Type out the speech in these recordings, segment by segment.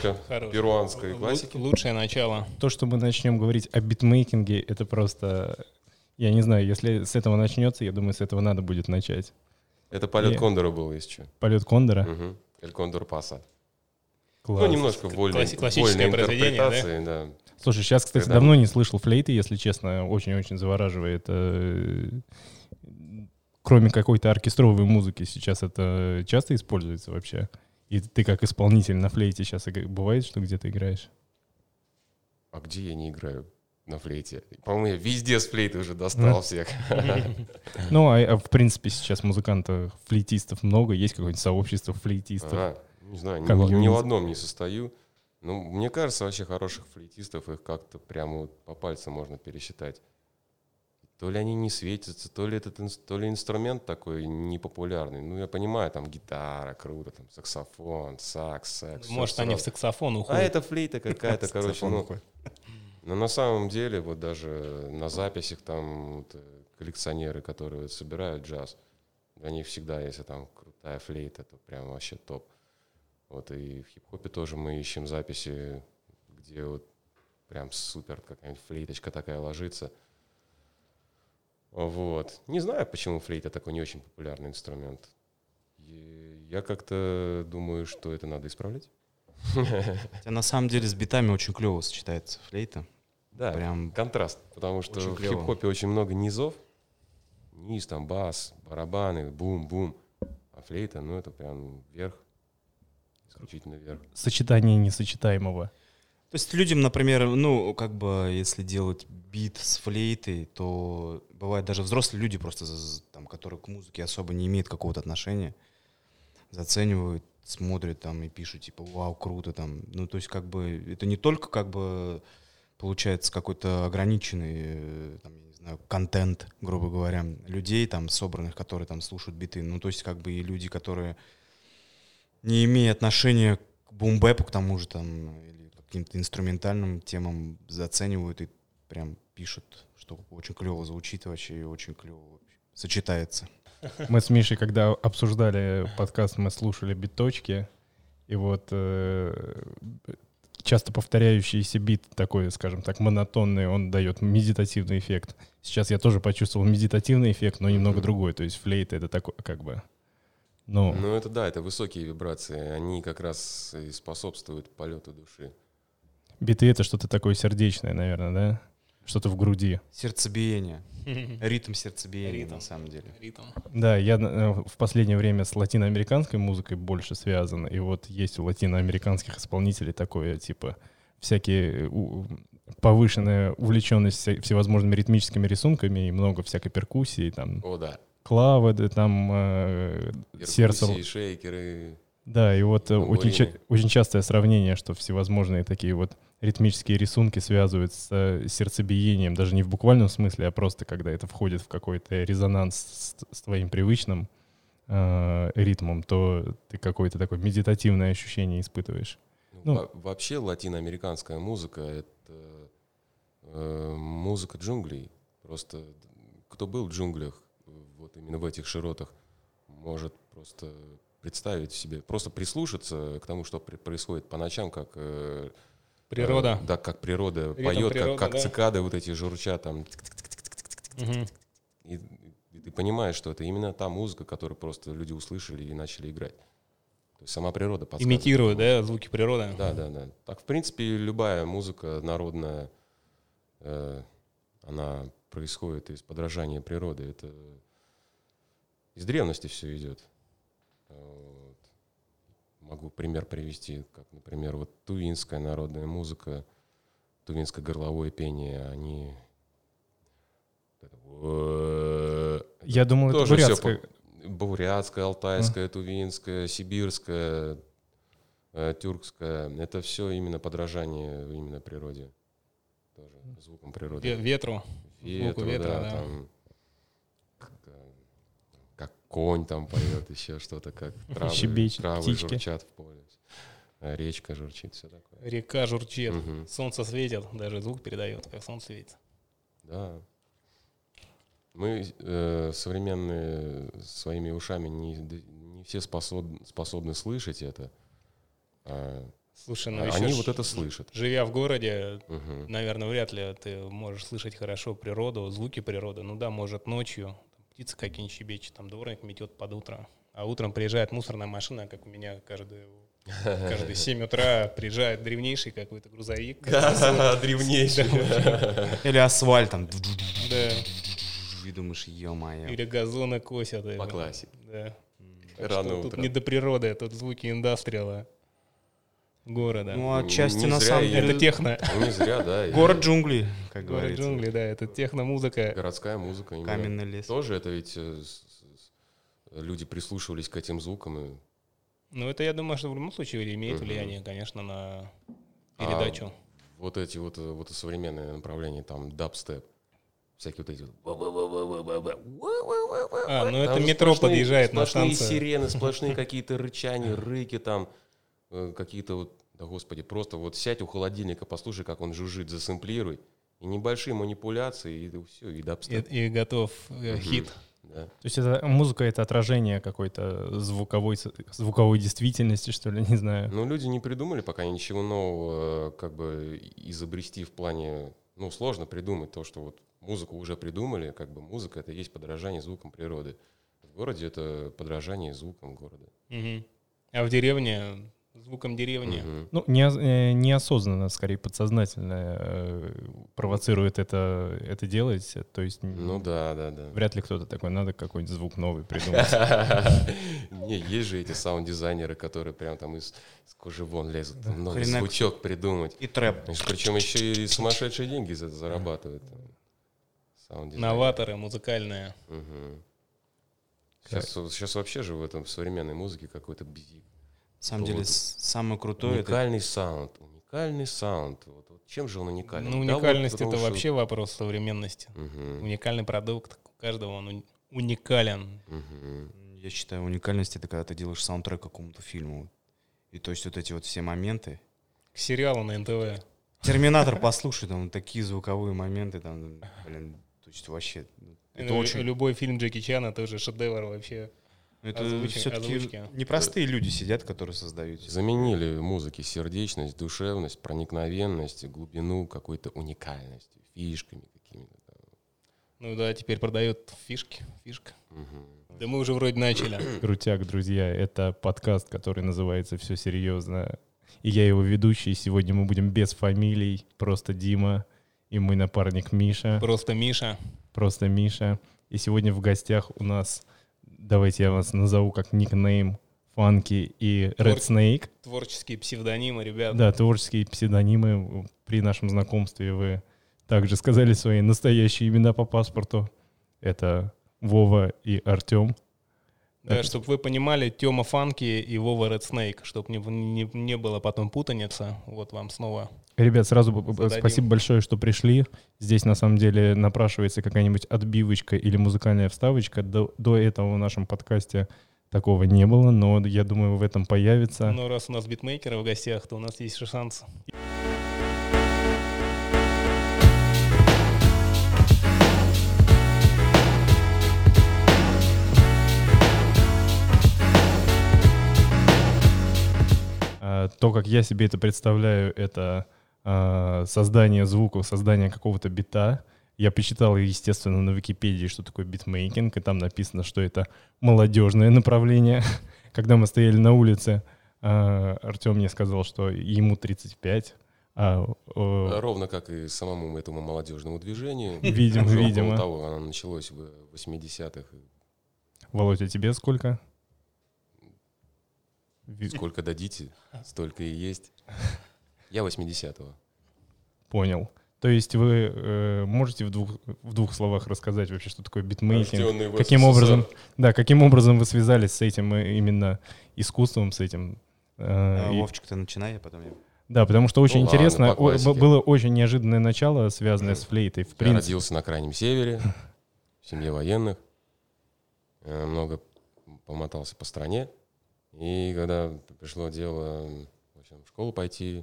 немножко перуанской классики. Лучшее начало. То, что мы начнем говорить о битмейкинге, это просто... Я не знаю, если с этого начнется, я думаю, с этого надо будет начать. Это полет Кондора был, если что. Полет Кондора? Угу. Эль Кондор Паса. Класс. Ну, немножко вольной интерпретации, да. Слушай, сейчас, кстати, давно не слышал флейты, если честно. Очень-очень завораживает. Кроме какой-то оркестровой музыки сейчас это часто используется вообще? И ты как исполнитель на флейте сейчас бывает, что где-то играешь? А где я не играю на флейте? По-моему, я везде с флейты уже достал всех. Ну, а в принципе сейчас музыкантов, флейтистов много. Есть какое-нибудь сообщество флейтистов? Не знаю, ни в одном не состою. Ну, мне кажется, вообще хороших флейтистов, их как-то прямо вот по пальцам можно пересчитать. То ли они не светятся, то ли инструмент такой непопулярный. Ну, я понимаю, там гитара круто, там саксофон, сакс. Может, они в саксофон уходят. А это флейта какая-то, короче, ну... Но на самом деле, вот даже на записях там вот, коллекционеры, которые собирают джаз, для них всегда, если там крутая флейта, то прям вообще топ. Вот и в хип-хопе тоже мы ищем записи, где вот прям супер какая-нибудь флейточка такая ложится. Вот. Не знаю, почему флейта такой не очень популярный инструмент. И я как-то думаю, что это надо исправлять. Хотя на самом деле с битами очень клево сочетается флейта. Да, прям контраст, потому что в хип-хопе очень много низов. Низ, там бас, барабаны, бум-бум. А флейта, ну это прям вверх. Исключительно вверх. Сочетание несочетаемого. То есть людям, например, ну, как бы, если делать бит с флейтой, то бывает даже взрослые люди просто, там, которые к музыке особо не имеют какого-то отношения, заценивают, смотрят там и пишут, типа, вау, круто там. Ну, то есть, как бы, это не только, как бы, получается какой-то ограниченный, там, я не знаю, контент, грубо говоря, людей там собранных, которые там слушают биты. Ну, то есть, как бы, и люди, которые, не имея отношения к бум-бэпу, к тому же, там, или каким-то инструментальным темам, заценивают и прям пишут, что очень клево звучит вообще и очень клево сочетается. Мы с Мишей, когда обсуждали подкаст, мы слушали биточки, и вот часто повторяющийся бит такой, скажем так, монотонный, он дает медитативный эффект. Сейчас я тоже почувствовал медитативный эффект, но немного другой, то есть флейта — это такой, как бы... Ну, это да, это высокие вибрации, они как раз и способствуют полету души. Биты — это что-то такое сердечное, наверное, да? Что-то в груди. Сердцебиение. Ритм сердцебиения, на самом деле. Да, я в последнее время с латиноамериканской музыкой больше связан. И вот есть у латиноамериканских исполнителей такое, типа, всякие повышенная увлеченность всевозможными ритмическими рисунками и много всякой перкуссии. Там, о, да. Клавы, там сердце. Шейкеры. Да, и вот очень частое сравнение, что всевозможные такие вот ритмические рисунки связывают с сердцебиением, даже не в буквальном смысле, а просто когда это входит в какой-то резонанс с твоим привычным ритмом, то ты какое-то такое медитативное ощущение испытываешь. Вообще латиноамериканская музыка — это музыка джунглей. Просто кто был в джунглях, вот именно в этих широтах, может просто представить себе, просто прислушаться к тому, что происходит по ночам, как природа. Да, как природа Ритм поет, природы, как да? цикады вот эти журчат там. И ты понимаешь, что это именно та музыка, которую просто люди услышали и начали играть. То есть сама природа подсказывает. Имитирует, да, звуки природы? Да. Так, в принципе, любая музыка народная, она происходит из подражания природы. Это из древности все идет. Вот. Могу пример привести, как, например, вот тувинская народная музыка, тувинское горловое пение, они... Я думал, это бурятское. Бурятское, алтайское, тувинское, сибирское, тюркское. Это все именно подражание именно природе. Тоже звуком природы. Ветру. Звуку ветра, да. Там, как конь там поет, еще что-то, как травы журчат в поле. Речка журчит, все такое. Река журчит, солнце светит, даже звук передает, как солнце светит. Да. Мы современные своими ушами не все способны слышать это. Слушай, ну Они вот это слышат. Живя в городе, наверное, вряд ли ты можешь слышать хорошо природу, звуки природы. Ну да, может, ночью птицы какие-нибудь щебечут, там дворник метет под утро. А утром приезжает мусорная машина, как у меня каждые 7 утра приезжает древнейший какой-то грузовик. Древнейший. Или асфальт там. Да. И думаешь, ё-моё. Или газоны косят. По классике. Да. Рано Тут утром. не до природы, тут звуки индастриала города. Ну, отчасти Не на зря самом и- деле. Это техно. Ну, не зря, да. и Город джунглей, как Город говорится. джунглей, да, это техно-музыка. Городская музыка. именно. Каменный лес. Тоже это ведь люди прислушивались к этим звукам. И Ну, это, я думаю, что в любом случае имеет влияние, конечно, на передачу. вот эти вот современные направления, там, дабстеп, всякие вот эти вот... Ну это Там же метро сплошные- подъезжает на сплошные станцию. сирены, сплошные какие-то рычания, рыки там, какие-то вот, да господи, просто вот сядь у холодильника, послушай, как он жужжит, засэмплируй, и небольшие манипуляции, и все, и дабстеп. И готов хит. Да. То есть музыка — это отражение какой-то звуковой действительности, что ли, не знаю. Но люди не придумали пока ничего нового, как бы изобрести в плане, ну, сложно придумать то, что вот музыку уже придумали, как бы музыка — это и есть подражание звукам природы. В городе это подражание звукам города. Мгм. А в деревне звуком деревни. Ну, неосознанно, скорее, подсознательно провоцирует это делать. То есть Ну да. вряд ли кто-то такой, надо какой-нибудь звук новый придумать. Не, есть же эти саунд-дизайнеры, которые прям там из кожи вон лезут, там новый Хренак. звучок придумать. И трэп. Причем еще и сумасшедшие деньги за это зарабатывают. Саунд-дизайнеры. Новаторы музыкальные. Мгм. Сейчас вообще же в этом в современной музыке какой-то бзик. На самом деле, Вот. самое крутое это Уникальный саунд. Вот чем же он уникальный? Ну, Да вот уникальность потому это что- вообще вопрос современности. Мгм, Уникальный продукт, у каждого он уникален. мгм. я считаю, уникальность это когда ты делаешь саундтрек к какому-то фильму. И то есть вот эти вот все моменты. К сериалу на НТВ. Терминатор, послушай, там такие звуковые моменты, там, блин, то есть вообще. Это очень. Любой фильм Джеки Чана тоже шедевр вообще. Это озвучки. все-таки непростые люди сидят, которые создают. Заменили музыке сердечность, душевность, проникновенность, глубину, какую-то уникальность, фишками какими-то. там. Ну да, теперь продают фишка. Мгм. Да мы уже вроде начали. Крутяк, друзья, это подкаст, который называется «Все серьезно». И я его ведущий. Сегодня мы будем без фамилий, просто Дима и мой напарник Миша. Просто Миша. Просто Миша. И сегодня в гостях у нас, давайте я вас назову как никнейм, Фанки и Red Snake. Творческие псевдонимы, ребят. Да, творческие псевдонимы. При нашем знакомстве вы также сказали свои настоящие имена по паспорту. Это Вова и Артем. Да, чтобы вы понимали, Тёма Фанки и Вова Red Snake, чтобы не было потом путаницы. Вот вам снова. Ребят, сразу Зададим. спасибо большое, что пришли. Здесь на самом деле напрашивается какая-нибудь отбивочка или музыкальная вставочка. До этого в нашем подкасте такого не было, но я думаю, в этом появится. Но раз у нас битмейкеры в гостях, то у нас есть шанс. То, как я себе это представляю, это создание звуков, создание какого-то бита. Я почитал, естественно, на Википедии, что такое битмейкинг, и там написано, что это молодежное направление. Когда мы стояли на улице, Артем мне сказал, что ему 35. Ровно как и самому этому молодежному движению. Видимо, Уже около видимо. того, оно началось в 80-х. Володя, а тебе сколько? Сколько дадите, столько и есть. Я 80-го. Понял. То есть вы можете в двух словах рассказать вообще, что такое битмейкинг? Рожденный в Каким СССР. образом, да, каким образом вы связались с этим именно искусством, с этим? Вовчик, ты начинай, я потом я. Да, потому что очень Ну ладно, интересно, по классике. было очень неожиданное начало, связанное с флейтой. В Я принципе, родился на Крайнем Севере, в семье военных. Много помотался по стране. И когда пришло дело в общем, в школу пойти,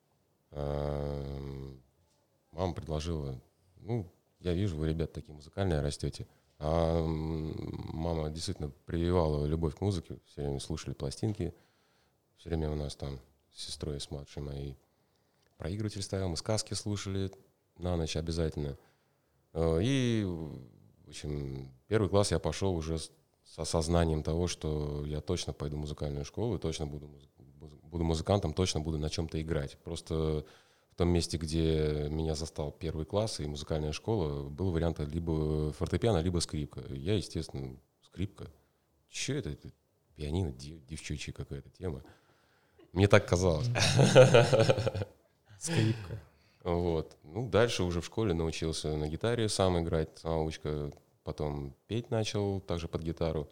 мама предложила, ну, я вижу, вы, ребята, такие музыкальные растете. А мама действительно прививала любовь к музыке, все время слушали пластинки, все время у нас там с сестрой, с младшей моей. Проигрыватель ставил, мы сказки слушали на ночь обязательно. И, в общем, первый класс я пошел уже с осознанием того, что я точно пойду в музыкальную школу, и точно буду музыкантом, точно буду на чем-то играть. Просто в том месте, где меня застал первый класс и музыкальная школа, был вариант либо фортепиано, либо скрипка. Я, естественно, скрипка. Че это? Пианино, девчачья какая-то тема. Мне так казалось. Скрипка. Вот. Ну, дальше уже в школе научился на гитаре сам играть, самоучка. Потом петь начал, также под гитару.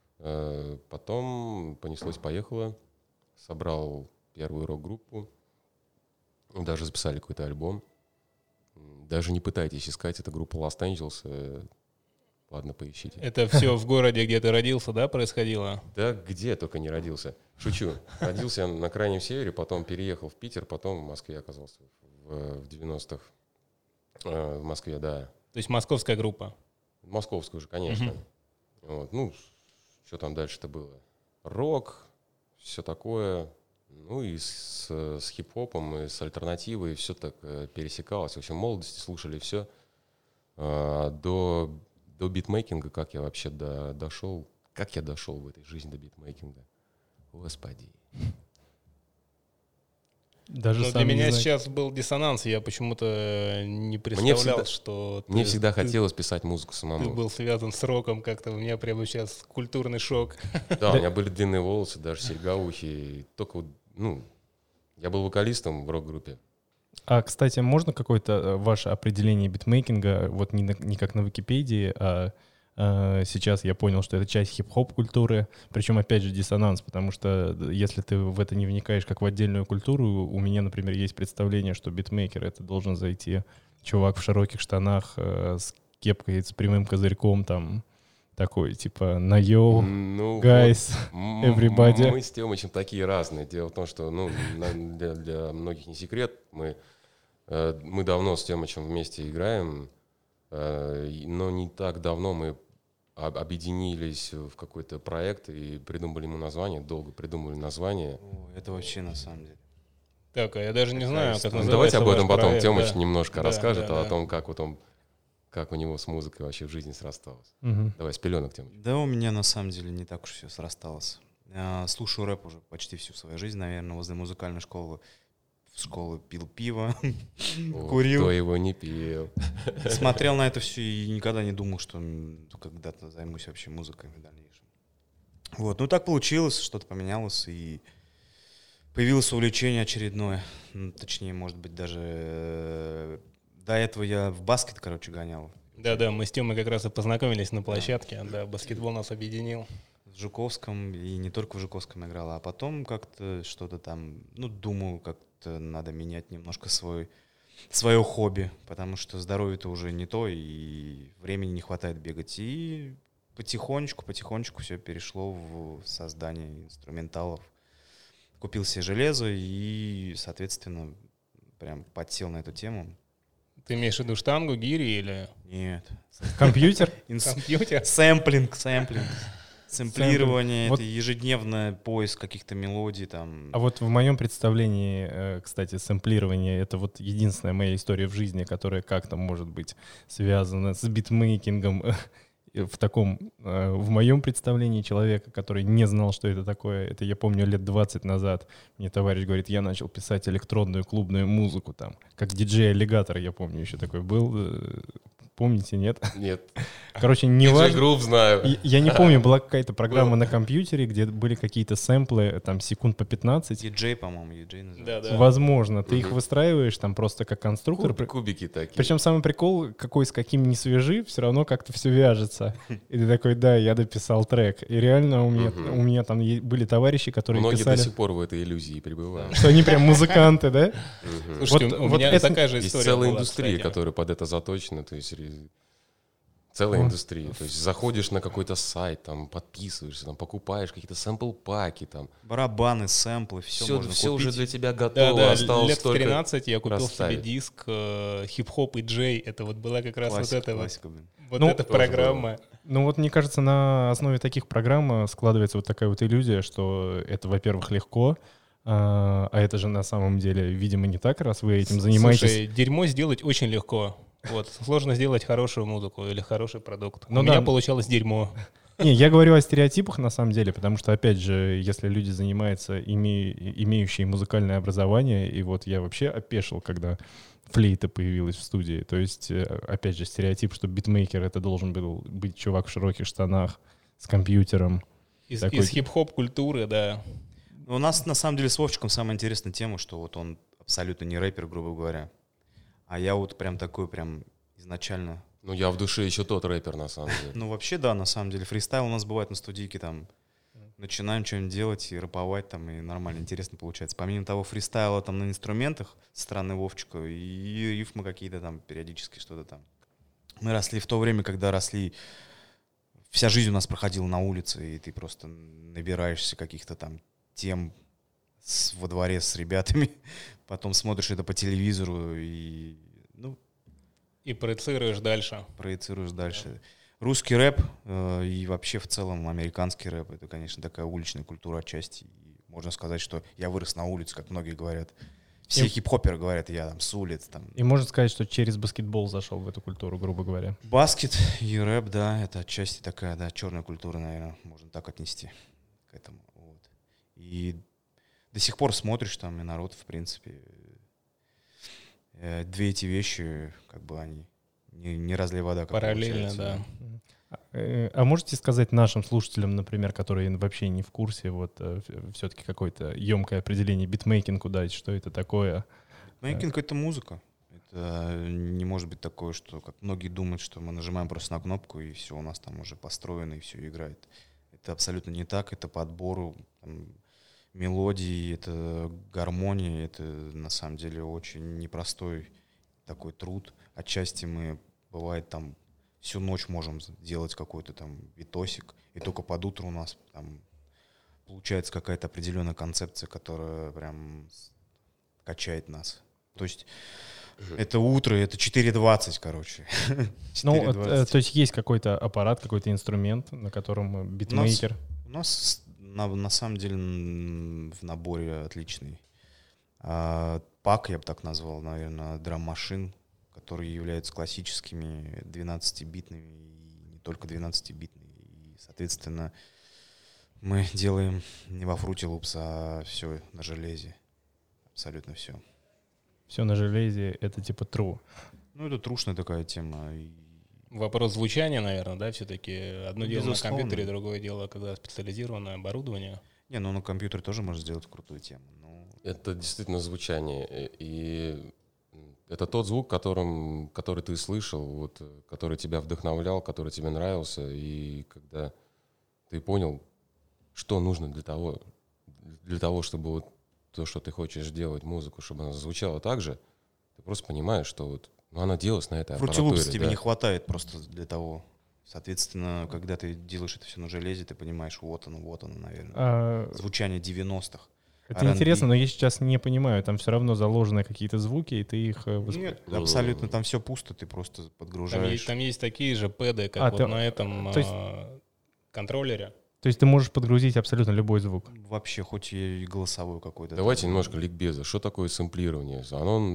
Потом понеслось-поехало. Собрал первую рок-группу. Даже записали какой-то альбом. Даже не пытайтесь искать, это группа Lost Angels. Ладно, поищите. Это все в городе, где ты родился, да, происходило? Да где я только не родился. Шучу. Родился я на Крайнем Севере, потом переехал в Питер, потом в Москве оказался в 90-х. В Москве, да. То есть московская группа? Московскую же, конечно. Вот. Ну, что там дальше-то было? Рок, все такое. Ну и с хип-хопом, и с альтернативой все так пересекалось. В общем, в молодости слушали все. До битмейкинга, как я вообще дошел, как я дошел в этой жизни до битмейкинга. Господи. Даже для меня сейчас был диссонанс, я почему-то не представлял, что... Мне всегда хотелось писать музыку самому. Ты был связан с роком как-то, у меня прямо сейчас культурный шок. Да, у меня были длинные волосы, даже серьга в ухе. Только, я был вокалистом в рок-группе. А, кстати, можно какое-то ваше определение битмейкинга, вот не как на Википедии, а сейчас я понял, что это часть хип-хоп культуры, причем опять же диссонанс, потому что если ты в это не вникаешь как в отдельную культуру, у меня, например, есть представление, что битмейкер — это должен зайти чувак в широких штанах с кепкой, с прямым козырьком, там, такой, типа, на йоу, guys, everybody. Мы с Тёмычем такие разные. Дело в том, что, для многих не секрет, мы давно с Тёмычем вместе играем, но не так давно мы объединились в какой-то проект и придумали ему название, долго придумали название. Это вообще на самом деле. Так, а я даже не знаю, как называется. Давайте об этом потом проект, Тёмыч немножко расскажет, да. о том, как у него с музыкой вообще в жизни срасталось. Угу. Давай с пеленок, Тёмыч. Да, у меня на самом деле не так уж все срасталось. Слушаю рэп уже почти всю свою жизнь, наверное, возле музыкальной школы. В школу пил пиво, курил. Кто его не пил. Смотрел на это все и никогда не думал, что когда-то займусь вообще музыкой в дальнейшем. Вот, ну так получилось, что-то поменялось, и появилось увлечение очередное. Точнее, может быть, даже до этого я в баскет, гонял. Да, мы с Тёмой как раз и познакомились на площадке, да, баскетбол нас объединил. В Жуковском, и не только в Жуковском играл, а потом как-то что-то там, думал, как-то надо менять немножко свое хобби, потому что здоровье-то уже не то, и времени не хватает бегать. И потихонечку все перешло в создание инструменталов. Купил себе железо и, соответственно, прям подсел на эту тему. Ты имеешь в виду штангу, гири или... Нет. Компьютер? Компьютер? Сэмплинг. Сэмплирование, это ежедневный поиск каких-то мелодий там. А вот в моем представлении, кстати, сэмплирование — это вот единственная моя история в жизни, которая как-то может быть связана с битмейкингом. В моем представлении человека, который не знал, что это такое, это я помню лет 20 назад, мне товарищ говорит, я начал писать электронную клубную музыку там, как диджей-аллигатор, я помню, еще такой был. Помните, нет? Нет. Короче, не важно. Диджей-групп знаю. Я не помню, была какая-то программа на компьютере, где были какие-то сэмплы, там, секунд по 15. Диджей, по-моему, называется. Да. Возможно. Ты их выстраиваешь там просто как конструктор. Кубики такие. Причем самый прикол, какой с каким не свяжи, все равно как-то все вяжется. И ты такой, да, я дописал трек. И реально у меня там были товарищи, которые многие писали... до сих пор в этой иллюзии пребывают. Что они прям музыканты, да? Слушайте, у меня такая же Есть история целая была, индустрия, кстати. которая под это заточена, то есть целая индустрия. То есть заходишь на какой-то сайт, там подписываешься, там покупаешь какие-то сэмпл-паки, там. Барабаны, сэмплы, все можно все купить. уже для тебя готово. Да, осталось лет в только 13 я купил расставить. себе диск хип-хоп и джей. Это вот была как раз Классика, блин. эта программа. Ну вот мне кажется, на основе таких программ складывается вот такая вот иллюзия, что это, во-первых, легко, А это же на самом деле, видимо, не так, раз вы этим занимаетесь. Слушай, дерьмо сделать очень легко. Вот. Сложно сделать хорошую музыку или хороший продукт. Ну У да. меня получалось дерьмо. Не, я говорю о стереотипах на самом деле, потому что, опять же, если люди занимаются, имеющие музыкальное образование, и вот я вообще опешил, когда флейта появилась в студии. То есть, опять же, стереотип, что битмейкер — это должен был быть чувак в широких штанах с компьютером. Из хип-хоп культуры, да. У нас, на самом деле, с Вовчиком самая интересная тема, что вот он абсолютно не рэпер, грубо говоря. А я вот прям такой, прям изначально... Ну, я в душе еще тот рэпер, на самом деле. Ну, вообще, да, на самом деле. Фристайл у нас бывает на студийке, там, начинаем что-нибудь делать и рэповать, там, и нормально, интересно получается. Помимо того, фристайла там на инструментах со стороны Вовчика и рифмы какие-то там, периодически что-то там. Мы росли в то время, когда росли... Вся жизнь у нас проходила на улице, и ты просто набираешься каких-то там тем во дворе с ребятами, потом смотришь это по телевизору и, ну... И проецируешь дальше. Проецируешь дальше. Да. Русский рэп и вообще в целом американский рэп — это, конечно, такая уличная культура отчасти. И можно сказать, что я вырос на улице, как многие говорят. Все хип-хоперы говорят, я там с улиц. Там. И можно сказать, что через баскетбол зашел в эту культуру, грубо говоря. Баскет и рэп, да, это отчасти такая, да, черная культура, наверное, можно так отнести к этому. Вот. И до сих пор смотришь там, и народ, в принципе, две эти вещи, как бы они не разлей вода. Как параллельно, да. А можете сказать нашим слушателям, например, которые вообще не в курсе, вот все-таки какое-то емкое определение битмейкингу дать, что это такое? Битмейкинг — это музыка. Это не может быть такое, что, как многие думают, что мы нажимаем просто на кнопку, и все у нас там уже построено, и все играет. Это абсолютно не так. Это по отбору там, мелодии, это гармония. Это на самом деле очень непростой такой труд. Отчасти мы, бывает, там всю ночь можем делать какой-то там битосик, и только под утро у нас там получается какая-то определенная концепция, которая прям качает нас. То есть это утро, это 4:20, короче. 4:20. Ну, то есть есть какой-то аппарат, какой-то инструмент, на котором битмейкер? У нас на самом деле в наборе отличный пак, я бы так назвал, наверное, драм-машин, которые являются классическими 12-битными и не только 12-битными. И, соответственно, мы делаем не во Fruity Loops, а все на железе. Абсолютно все. Все на железе — это типа true. Ну, это трушная такая тема. Вопрос звучания, наверное, да, все-таки. Одно дело на Безусловно. компьютере, другое дело, когда специализированное оборудование. Не, ну на компьютере тоже можно сделать крутую тему. Но... Это действительно звучание. И это тот звук, который ты слышал, вот, который тебя вдохновлял, который тебе нравился. И когда ты понял, что нужно для того, чтобы вот то, что ты хочешь делать, музыку, чтобы она звучала так же, ты просто понимаешь, что вот, она делалась на этой аппаратуре. Fruity Loops тебе не хватает просто для того. Соответственно, когда ты делаешь это все на железе, ты понимаешь, вот оно, наверное. Звучание 90-х. Это R&B. Интересно, но я сейчас не понимаю, там все равно заложены какие-то звуки, и ты их... Нет, абсолютно, там все пусто, ты просто подгружаешь. Там есть такие же пэды, как вот на этом контроллере. То есть ты можешь подгрузить абсолютно любой звук? Вообще, хоть и голосовой какой-то. Давайте немножко ликбеза. Что такое сэмплирование?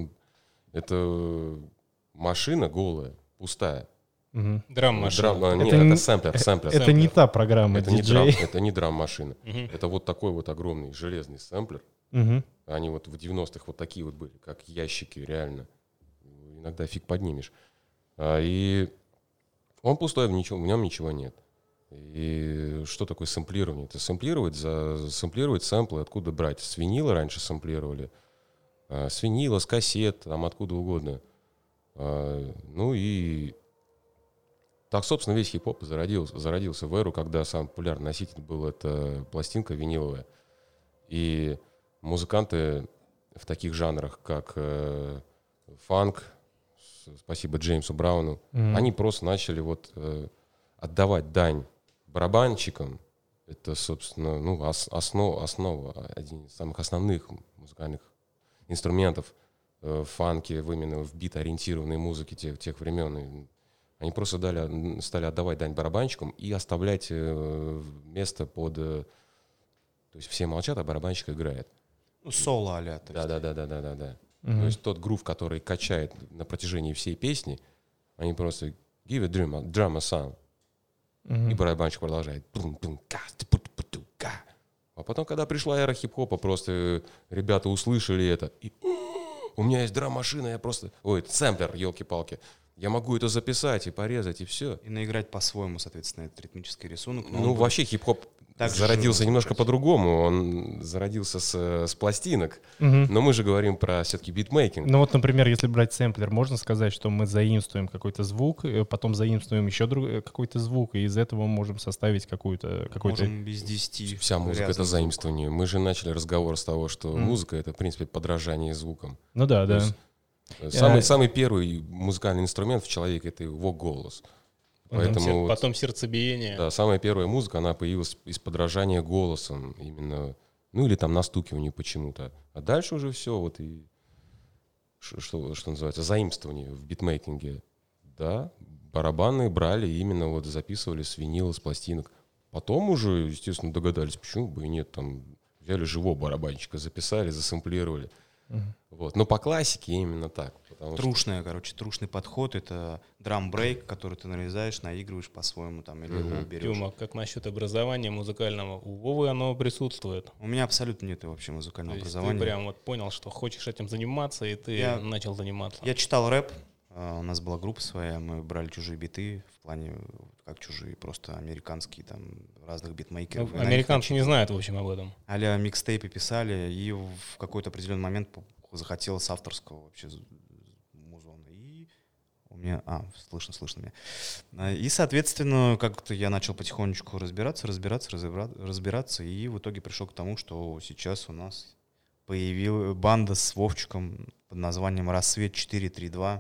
Это машина голая, пустая. Угу. Драм-машина. Нет, это сэмплер. Это не та программа, это DJ. Это не драм-машина. Это вот такой вот огромный железный сэмплер. Они вот в 90-х вот такие вот были, как ящики, реально. Иногда фиг поднимешь. И он пустой, в нем ничего нет. И что такое сэмплирование? Это сэмплировать сэмплы, откуда брать. С винила раньше сэмплировали. С винила, с кассет, там откуда угодно. Ну и так, собственно, весь хип-хоп зародился в эру, когда самый популярный носитель был это пластинка виниловая. И музыканты в таких жанрах, как фанк, спасибо Джеймсу Брауну, они просто начали вот отдавать дань барабанщикам. Это, собственно, основа, один из самых основных музыкальных инструментов в фанке, именно в бит-ориентированной музыке тех времен. Они просто стали отдавать дань барабанщикам и оставлять место под... То есть все молчат, а барабанщик играет. Ну, соло а-ля. Да. То есть тот грув, который качает на протяжении всей песни, они просто give a drum a sound. И барабанщик продолжает. А потом, когда пришла эра хип-хопа, просто ребята услышали это. И у меня есть драм-машина, я просто... Ой, сэмплер, елки-палки. Я могу это записать и порезать, и все. И наиграть по-своему, соответственно, этот ритмический рисунок. Ну, вообще хип-хоп зародился немножко по-другому. Он зародился с пластинок. Но мы же говорим про все-таки битмейкинг. Ну вот, например, если брать сэмплер, можно сказать, что мы заимствуем какой-то звук, потом заимствуем еще какой-то звук, и из этого можем составить какой-то... Можем без 10. Вся музыка — это заимствование. Мы же начали разговор с того, что музыка — это, в принципе, подражание звукам. Ну да. Самый первый музыкальный инструмент в человеке — это его голос. Поэтому потом сердцебиение. Да, самая первая музыка, она появилась из подражания голосом именно, ну или там настукиванию почему-то. А дальше уже все, вот и что называется, заимствование в битмейкинге. Да, барабаны брали, именно вот записывали с винила, с пластинок. Потом уже, естественно, догадались, почему бы и нет, там взяли живого барабанщика, записали, засэмплировали. Вот. Но по классике именно так. Трушный подход — это драм-брейк, который ты нарезаешь, наигрываешь по-своему там, или берешь. Тёма, как насчет образования музыкального? У Вовы оно присутствует. У меня абсолютно нет вообще музыкального образования. Ты прям вот понял, что хочешь этим заниматься, и ты начал заниматься. Я читал рэп, у нас была группа своя, мы брали чужие биты, в плане как чужие, просто американские, там, разных битмейкеров. Американцы не знают, в общем, об этом. А-ля микстейпы писали, и в какой-то определенный момент захотелось авторского вообще музона. И у меня... слышно меня. И, соответственно, как-то я начал потихонечку разбираться, и в итоге пришел к тому, что сейчас у нас появилась банда с Вовчиком под названием «Рассвет 432».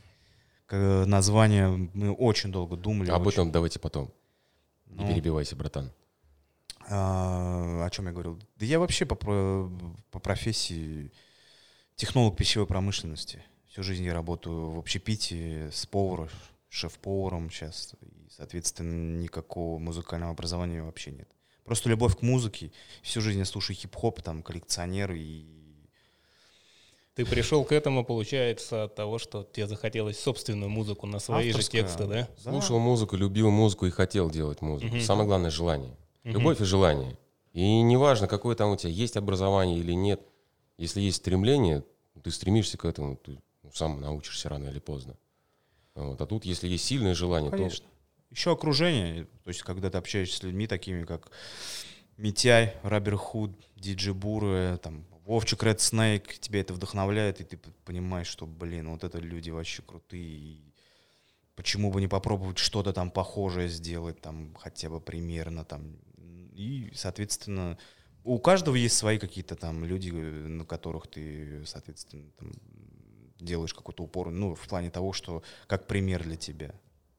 Название мы очень долго думали. Об этом давайте потом. Не перебивайся, братан. О чем я говорил? Да я вообще по профессии технолог пищевой промышленности. Всю жизнь я работаю в общепите с поваром, шеф-поваром сейчас. И, соответственно, никакого музыкального образования вообще нет. Просто любовь к музыке. Всю жизнь я слушаю хип-хоп, там, коллекционер и... Ты пришел к этому, получается, от того, что тебе захотелось собственную музыку на свои же тексты, да? Слушал музыку, любил музыку и хотел делать музыку. Самое главное — желание. Любовь и желание. И неважно, какое там у тебя есть образование или нет, если есть стремление, ты стремишься к этому, ты сам научишься рано или поздно. Вот. А тут, если есть сильное желание, конечно. То... Еще окружение. То есть, когда ты общаешься с людьми такими, как Митяй, Раберхуд, Диджей Буры, там, Вовчик, Ред Снейк, тебя это вдохновляет, и ты понимаешь, что, вот это люди вообще крутые, и почему бы не попробовать что-то там похожее сделать, там, хотя бы примерно, там, и, соответственно, у каждого есть свои какие-то там люди, на которых ты, соответственно, там, делаешь какой-то упор, в плане того, что как пример для тебя.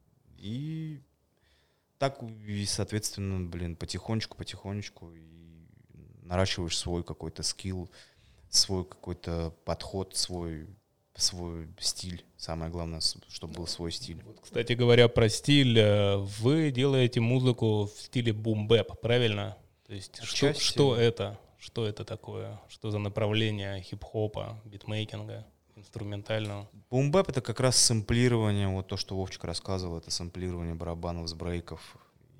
И так, и, соответственно, потихонечку, и наращиваешь свой какой-то скилл, свой какой-то подход, свой стиль. Самое главное, чтобы был свой стиль. Вот, кстати говоря, про стиль. Вы делаете музыку в стиле бум-бэп, правильно? То есть что это? Что это такое? Что за направление хип-хопа, битмейкинга, инструментального? Бум-бэп — это как раз сэмплирование, вот то, что Вовчик рассказывал, это сэмплирование барабанов с брейков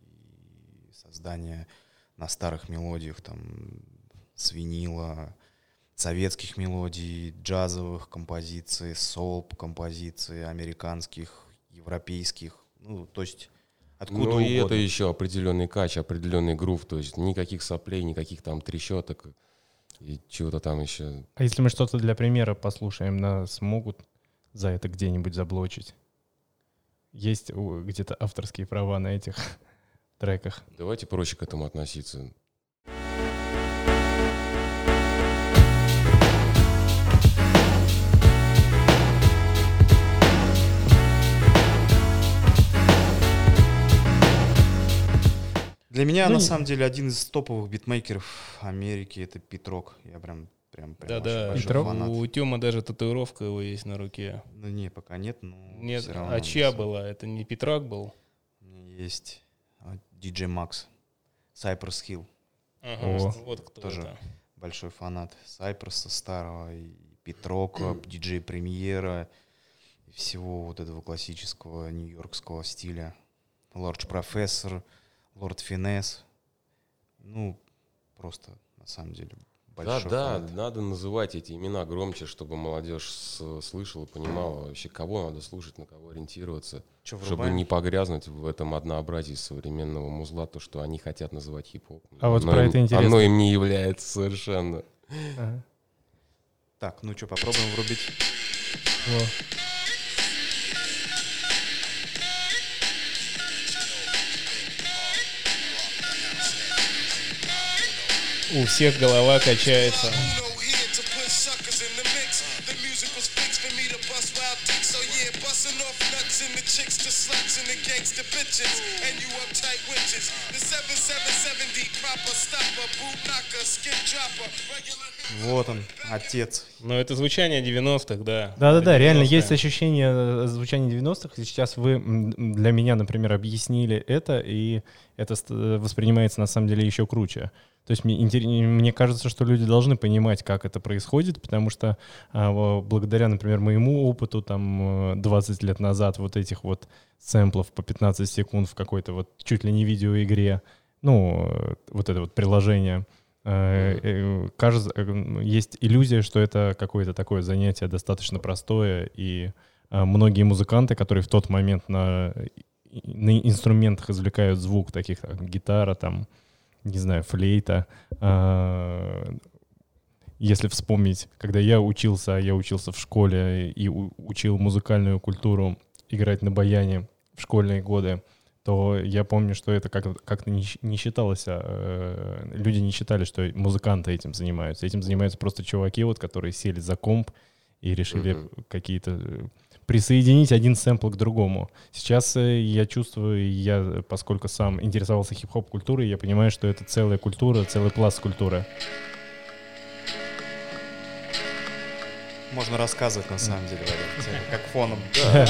и создание на старых мелодиях, там, с винила, советских мелодий, джазовых композиций, соул-композиций, американских, европейских, то есть откуда угодно. И это еще определенный кач, определенный грув, то есть никаких соплей, никаких там трещоток и чего-то там еще. А если мы что-то для примера послушаем, нас могут за это где-нибудь заблочить? Есть где-то авторские права на этих треках? Давайте проще к этому относиться. Для меня, на самом деле, один из топовых битмейкеров Америки — это Питрок. Я прям да, фанат. У Тёмы даже татуировка его есть на руке. Ну, не, пока нет, но нет, все равно. А чья была? Это не Питрак был? У меня есть DJ Max, Cypress Hill. Ага, вот кто тоже это. большой фанат Сайпроса старого, и Петрока, диджей Премьера, и всего вот этого классического нью-йоркского стиля. Лордж Профессор, Лорд Финесс. Ну, просто, на самом деле, большой фанат. Надо называть эти имена громче, чтобы молодежь слышала, понимала вообще, кого надо слушать, на кого ориентироваться. Чтобы не погрязнуть в этом однообразии современного музла, то, что они хотят называть хип-хоп. А вот про это интересно. Оно им не является совершенно. Ага. Так, ну что, попробуем врубить. Во. У всех голова качается. Вот он, отец. Но это звучание 90-х, да. Да-да-да, Это реально 90-е. есть ощущение звучания 90-х. И сейчас вы для меня, например, объяснили это, и это воспринимается на самом деле еще круче. То есть мне кажется, что люди должны понимать, как это происходит, потому что благодаря, например, моему опыту там 20 лет назад вот этих вот сэмплов по 15 секунд в какой-то вот чуть ли не видеоигре, ну, вот это вот приложение, кажется, есть иллюзия, что это какое-то такое занятие достаточно простое, и многие музыканты, которые в тот момент на инструментах извлекают звук, таких как гитара, там, не знаю, флейта. Если вспомнить, когда я учился в школе и учил музыкальную культуру играть на баяне в школьные годы, то я помню, что это как-то не считалось, люди не считали, что музыканты этим занимаются. Этим занимаются просто чуваки, вот, которые сели за комп и решили какие-то присоединить один сэмпл к другому. Сейчас я чувствую, поскольку сам интересовался хип-хоп-культурой, я понимаю, что это целая культура, целый пласт культуры. Можно рассказывать, на самом деле, как фоном.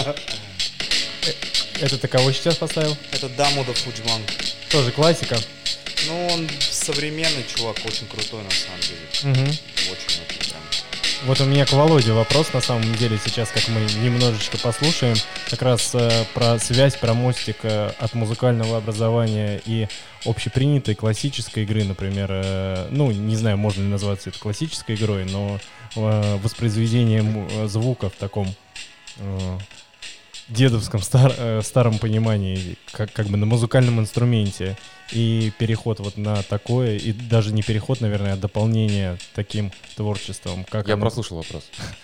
Это ты кого сейчас поставил? Это Дамуда Фуджман. Тоже классика. Ну, он современный чувак, очень крутой, на самом деле. Очень прям. Вот у меня к Володе вопрос, на самом деле, сейчас, как мы немножечко послушаем, как раз про связь, про мостик от музыкального образования и общепринятой классической игры, например, ну, не знаю, можно ли назваться это классической игрой, но воспроизведением звука в таком дедовском старом понимании, как бы на музыкальном инструменте, и переход вот на такое, и даже не переход, наверное, а дополнение таким творчеством. Я прослушал вопрос.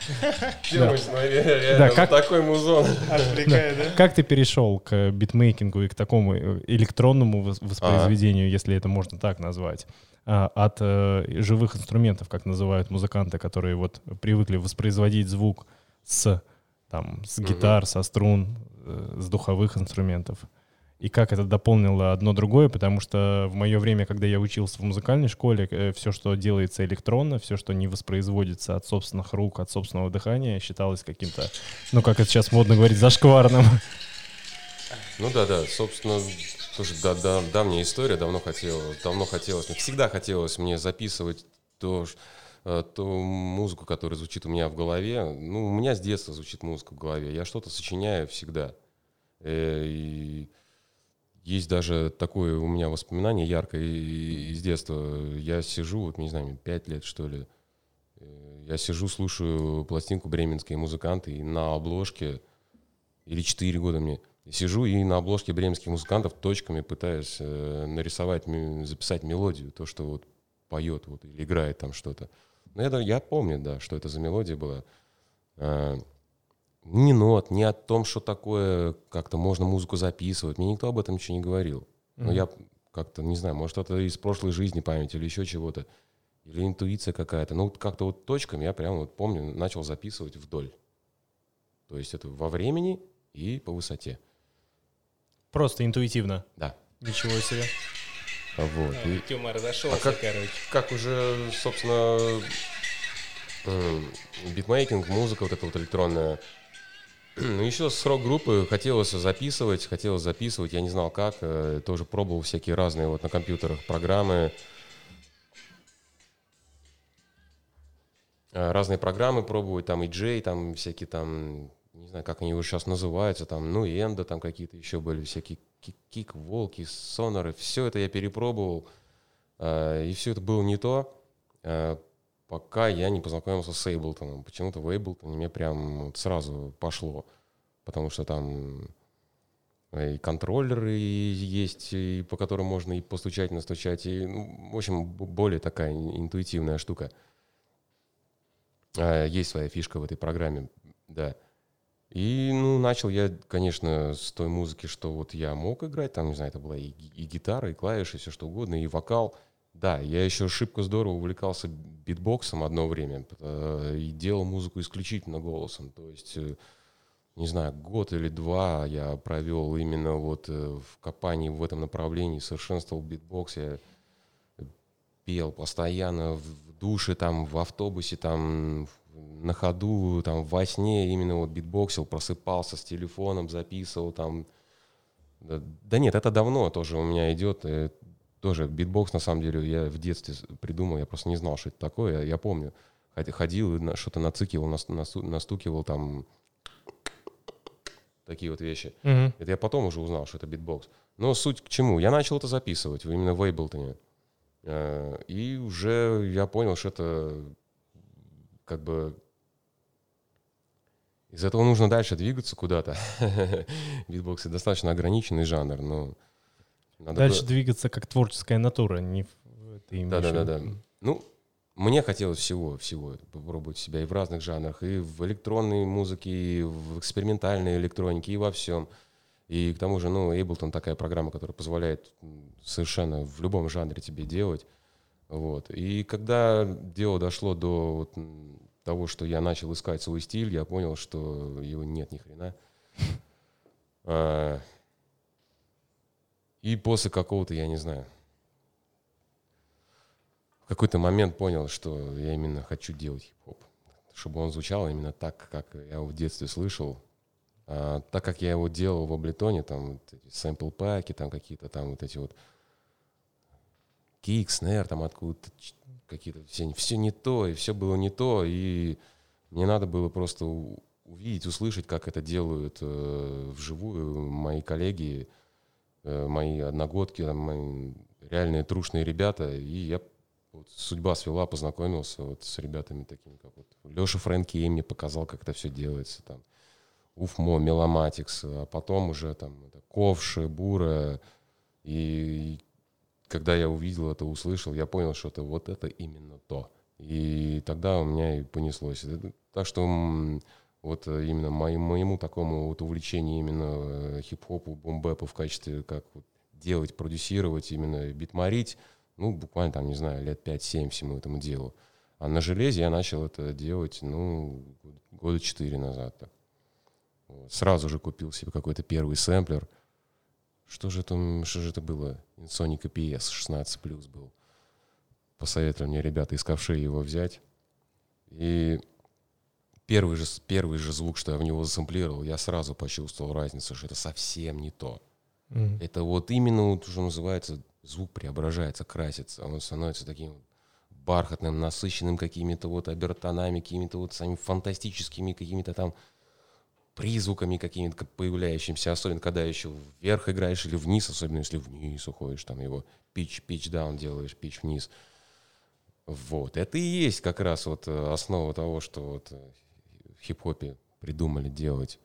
Как такой музон. Как ты перешел к битмейкингу и к такому электронному воспроизведению, если это можно так назвать, от живых инструментов, как называют музыканты, которые вот привыкли воспроизводить звук с гитар, со струн, с духовых инструментов? И как это дополнило одно другое, потому что в мое время, когда я учился в музыкальной школе, все, что делается электронно, все, что не воспроизводится от собственных рук, от собственного дыхания, считалось каким-то, ну, как это сейчас модно говорить, зашкварным. Ну да, собственно, тоже давняя история, давно хотелось, всегда хотелось мне записывать ту музыку, которая звучит у меня в голове. Ну, у меня с детства звучит музыка в голове, я что-то сочиняю всегда. И есть даже такое у меня воспоминание яркое из детства. Я сижу, вот не знаю, 5 лет, что ли. Я сижу, слушаю пластинку «Бременские музыканты», и на обложке, или 4 года мне, сижу и на обложке «Бременских музыкантов» точками пытаюсь нарисовать, записать мелодию, то, что вот поет вот, или играет там что-то. Но я помню, да, что это за мелодия была. Ни нот, ни о том, что такое, как-то можно музыку записывать. Мне никто об этом ничего не говорил. Но я как-то, не знаю, может, это из прошлой жизни память или еще чего-то. Или интуиция какая-то. Ну, вот как-то вот точками я прямо вот помню, начал записывать вдоль. То есть это во времени и по высоте. Просто интуитивно? Да. Ничего себе. Вот. Тёма разошелся, короче. Как уже, собственно, битмейкинг, музыка вот эта вот электронная. Ну, еще с рок-группы хотелось записывать, я не знал как, тоже пробовал всякие разные вот на компьютерах программы. разные программы пробовать, там EJ, там всякие там, не знаю, как они его сейчас называются, там, ну, и Эндо, там какие-то еще были, всякие кик, волки, соноры, все это я перепробовал, и все это было не то, пока я не познакомился с Ableton. Почему-то в Ableton мне прям вот сразу пошло, потому что там и контроллеры есть, и по которым можно и постучать, и настучать, и, ну, в общем, более такая интуитивная штука. Есть своя фишка в этой программе, да. И, ну, начал я, конечно, с той музыки, что вот я мог играть, там, не знаю, это была и гитара, и клавиши, и все что угодно, и вокал. Да, я еще шибко здорово увлекался битбоксом одно время и делал музыку исключительно голосом. То есть, не знаю, год или два я провел именно вот в копании в этом направлении, совершенствовал битбокс, я пел постоянно в душе, там, в автобусе, там, на ходу, там, во сне именно вот битбоксил, просыпался с телефоном, записывал там. Да нет, это давно тоже у меня идет. Тоже битбокс, на самом деле, я в детстве придумал, я просто не знал, что это такое. Я помню, ходил, что-то нацикивал, настукивал там такие вот вещи. Это я потом уже узнал, что это битбокс. Но суть к чему? Я начал это записывать именно в Ableton. И уже я понял, что это как бы из этого нужно дальше двигаться куда-то. Битбокс — это достаточно ограниченный жанр, но надо дальше двигаться как творческая натура, не ты Да. Ну, мне хотелось всего попробовать себя и в разных жанрах, и в электронной музыке, и в экспериментальной электронике, и во всем. И к тому же, ну, Ableton такая программа, которая позволяет совершенно в любом жанре тебе делать. Вот. И когда дело дошло до вот того, что я начал искать свой стиль, я понял, что его нет ни хрена. И после какого-то, я не знаю, в какой-то момент понял, что я именно хочу делать хип-хоп. Чтобы он звучал именно так, как я его в детстве слышал. Так как я его делал в Ableton, там вот эти сэмпл-паки, там какие-то там вот эти вот кик, снэр, там откуда-то какие-то все не то, и все было не то, и мне надо было просто увидеть, услышать, как это делают вживую мои коллеги, мои одногодки, мои реальные трушные ребята, и я вот, судьба свела, познакомился вот с ребятами такими, как вот Леша Фрэнки мне показал, как это все делается, там Уфмо, Меломатикс, а потом уже там Ковши, Бура, и когда я увидел это, услышал, я понял, что это вот это именно то. И тогда у меня и понеслось. Так что вот именно моему такому вот увлечению именно хип-хопу, бум-бэпу в качестве как вот делать, продюсировать, именно битмарить, ну, буквально там, не знаю, лет 5-7 всему этому делу. А на железе я начал это делать, ну, года 4 назад. Так. Вот. Сразу же купил себе какой-то первый сэмплер. Что же это было? Sonic EPS 16+ был. Посоветовали мне ребята из ковшей его взять. И первый же звук, что я в него засэмплировал, я сразу почувствовал разницу, что это совсем не то. Это вот именно, вот, что называется, звук преображается, красится. Он становится таким бархатным, насыщенным какими-то вот обертонами, какими-то вот самими фантастическими какими-то там призвуками какими-то появляющимися, особенно когда еще вверх играешь или вниз, особенно если вниз уходишь, там его pitch down делаешь, pitch вниз. Вот. Это и есть как раз вот основа того, что вот в хип-хопе придумали делать.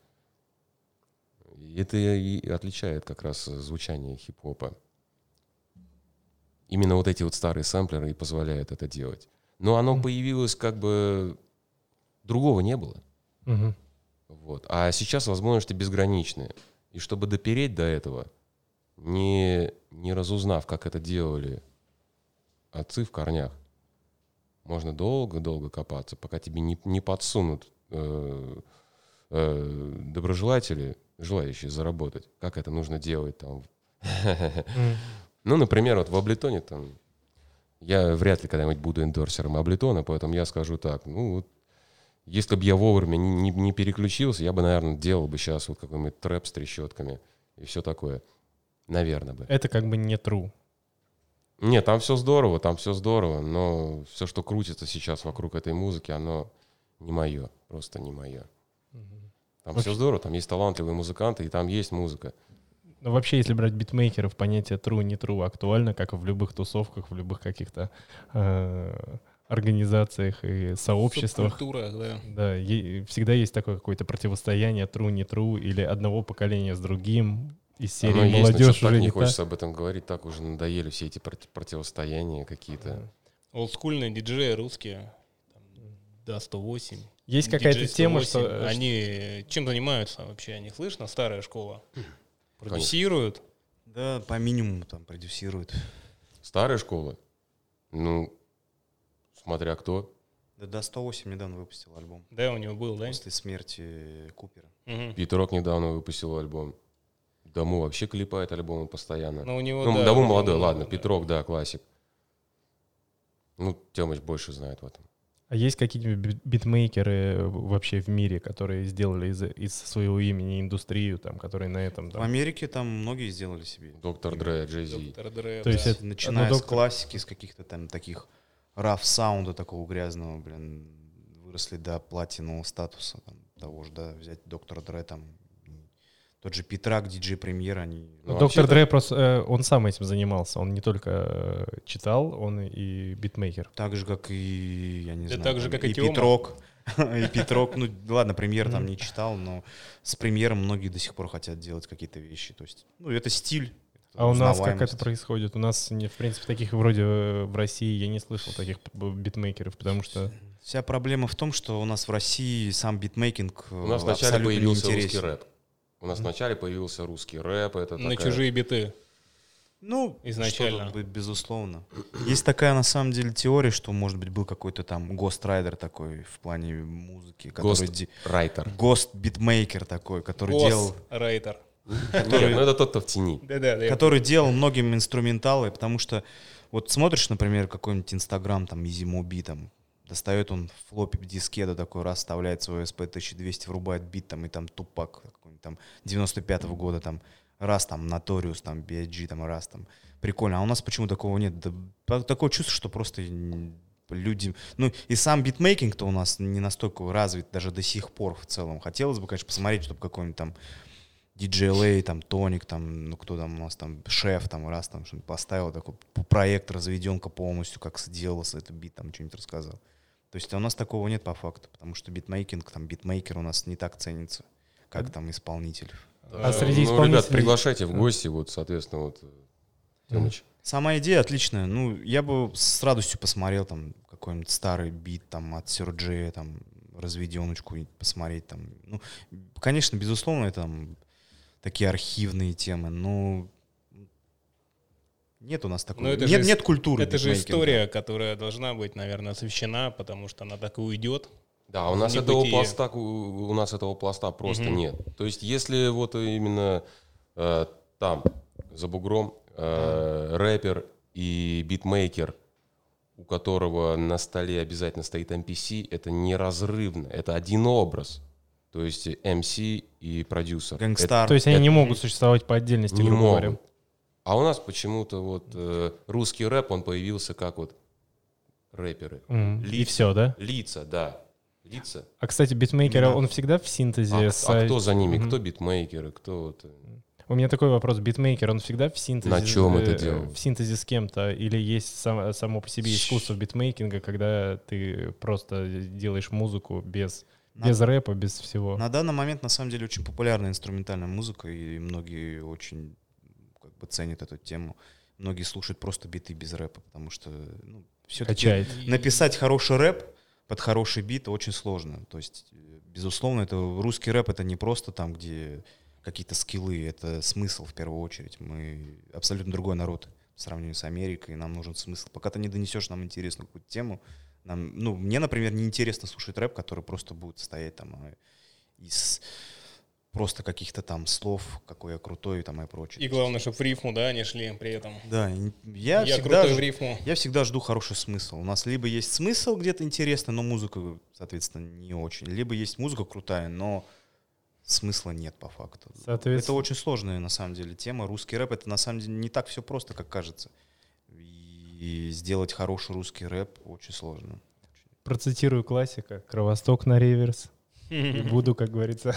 И это и отличает как раз звучание хип-хопа. Именно вот эти вот старые сэмплеры и позволяют это делать. Но оно появилось как бы... Другого не было. Вот. А сейчас возможности безграничные. И чтобы допереть до этого, не разузнав, как это делали отцы в корнях, можно долго-долго копаться, пока тебе не подсунут доброжелатели, желающие заработать, как это нужно делать там. Ну, например, вот в Ableton там, я вряд ли когда-нибудь буду эндорсером Ableton, поэтому я скажу так, ну, вот, если бы я вовремя не переключился, я бы, наверное, делал бы сейчас вот какой-нибудь трэп с трещотками и все такое. Наверное бы. Это как бы не true. Нет, там все здорово, но все, что крутится сейчас вокруг этой музыки, оно не мое, просто не мое. Там все здорово, там есть талантливые музыканты, и там есть музыка. Но вообще, если брать битмейкеров, понятие true, не true актуально, как и в любых тусовках, в любых каких-то организациях и сообществах. Субкультурах, да. Да, всегда есть такое какое-то противостояние true, не true, или одного поколения с другим. Из серии Оно есть, но «Молодежь что-то уже так не не хочется та». об этом говорить, так уже надоели все эти противостояния какие-то. Олдскульные диджеи русские, там, да, 108. Есть какая-то DJ тема, 108, что... Они чем занимаются вообще? Они слышно, старая школа. Продюсируют. Да, по минимуму там продюсируют. Старая школа? Ну, смотря кто. Да, до 108 недавно выпустил альбом. Да, у него был, да? После смерти Купера. Угу. Пит Рок недавно выпустил альбом. Даму вообще клепает альбомы постоянно. Но у него, Ну, да, Даму у него молодой, много, ладно, да. Пит Рок, да, классик. Ну, Тёмыч больше знает в этом. А есть какие-нибудь битмейкеры вообще в мире, которые сделали из своего имени индустрию, там, которые на этом... В Там... Америке там многие сделали себе. Доктор Дре, Джей Зи. Доктор Дре, То есть да. это- Начиная ну, с доктор- классики, с каких-то там таких раф саунда такого грязного, блин, выросли до платинового статуса, там, того же, да, взять Доктор Дре, там, тот же Петрак, диджей Премьер, они... Ну, Доктор вообще-то- Дре просто, он сам этим занимался, он не только читал, он и битмейкер. Так же, как и, я не Да знаю, так же, там, как и и Тёма. Петрок. И Петрок, ну ладно, Премьер там не читал, но с Премьером многие до сих пор хотят делать какие-то вещи. То есть, ну, это стиль. А у нас как это узнаваемость. происходит? У нас, в принципе, таких вроде в России я не слышал таких битмейкеров, потому что... Вся проблема в том, что у нас в России сам битмейкинг У нас вначале абсолютно появился русский неинтересен. рэп. У нас вначале появился русский рэп. Это На такая- чужие биты. Ну, Изначально. что тут, безусловно. Есть такая, на самом деле, теория, что, может быть, был какой-то там гострайдер такой в плане музыки. Гострайтер. Гост-битмейкер такой, который делал... Райтер. Нет, ну это тот, кто в тени. Да-да. который делал многим инструменталы, потому что вот смотришь, например, какой-нибудь Инстаграм, там, Изимоби, там, достает он флоппи дискету такой, раз, вставляет свой SP1200, врубает бит, там, и там Тупак, какой-нибудь там 95-го года, там, раз, там, Notorious, там, B.I.G., там, раз, там, прикольно. А у нас почему такого нет? Да, такое чувство, что просто люди... Ну, и сам битмейкинг-то у нас не настолько развит даже до сих пор в целом. Хотелось бы, конечно, посмотреть, чтобы какой-нибудь там DJ там, Тоник, там, ну кто там у нас там, Шеф, там, раз там что-нибудь поставил, такой проект разведенка полностью, как сделался этот бит, там, что-нибудь рассказал. То есть у нас такого нет по факту, потому что битмейкинг, там, битмейкер у нас не так ценится, как там исполнитель. А среди Ну, ребят, исполнителей- приглашайте в гости, вот, соответственно, вот, Тёмыч. Сама идея отличная. Ну, я бы с радостью посмотрел там какой-нибудь старый бит там от Сюрджея, там, разведеночку посмотреть там. Ну, конечно, безусловно, это там такие архивные темы, но нет у нас такого. Но это Нет, же нет культуры. Это же битмейкинга. история, которая должна быть, наверное, освещена, потому что она так и уйдет. Да, у нас Небытие. у нас этого пласта просто Мгм. нет. То есть, если вот именно там, за бугром, рэпер и битмейкер, у которого на столе обязательно стоит MPC, это неразрывно, это один образ. То есть MC и продюсер. Гэнгстар. То есть они это не могут существовать по отдельности, не грубо могут. говоря. А у нас почему-то вот русский рэп, он появился как вот рэперы. И Лица. все, да? Лица, да. Лица. А, кстати, битмейкер, Именно. он всегда в синтезе с... А кто за ними? Мгм. Кто битмейкеры? Кто вот... У меня такой вопрос. Битмейкер, он всегда в синтезе... На чем это делал? В синтезе с кем-то? Или есть само по себе искусство битмейкинга, когда ты просто делаешь музыку без рэпа, без всего? На данный момент, на самом деле, очень популярная инструментальная музыка, и многие очень как бы ценят эту тему. Многие слушают просто биты без рэпа, потому что все-таки Качает. написать хороший рэп под хороший бит очень сложно. То есть, безусловно, это русский рэп — это не просто там, где какие-то скиллы, это смысл в первую очередь. Мы абсолютно другой народ в сравнении с Америкой, и нам нужен смысл. Пока ты не донесешь нам интересную какую-то тему, мне, например, неинтересно слушать рэп, который просто будет стоять там из просто каких-то там слов, какой я крутой там и прочее. И главное, чтобы в рифму, да, они шли при этом. Да, я крутой в рифму. всегда жду хороший смысл. У нас либо есть смысл где-то интересный, но музыка, соответственно, не очень. Либо есть музыка крутая, но смысла нет по факту. Соответственно. Это очень сложная на самом деле тема. Русский рэп — это на самом деле не так все просто, как кажется. И И сделать хороший русский рэп очень сложно. Процитирую классика. Кровосток на реверс. И буду, как говорится,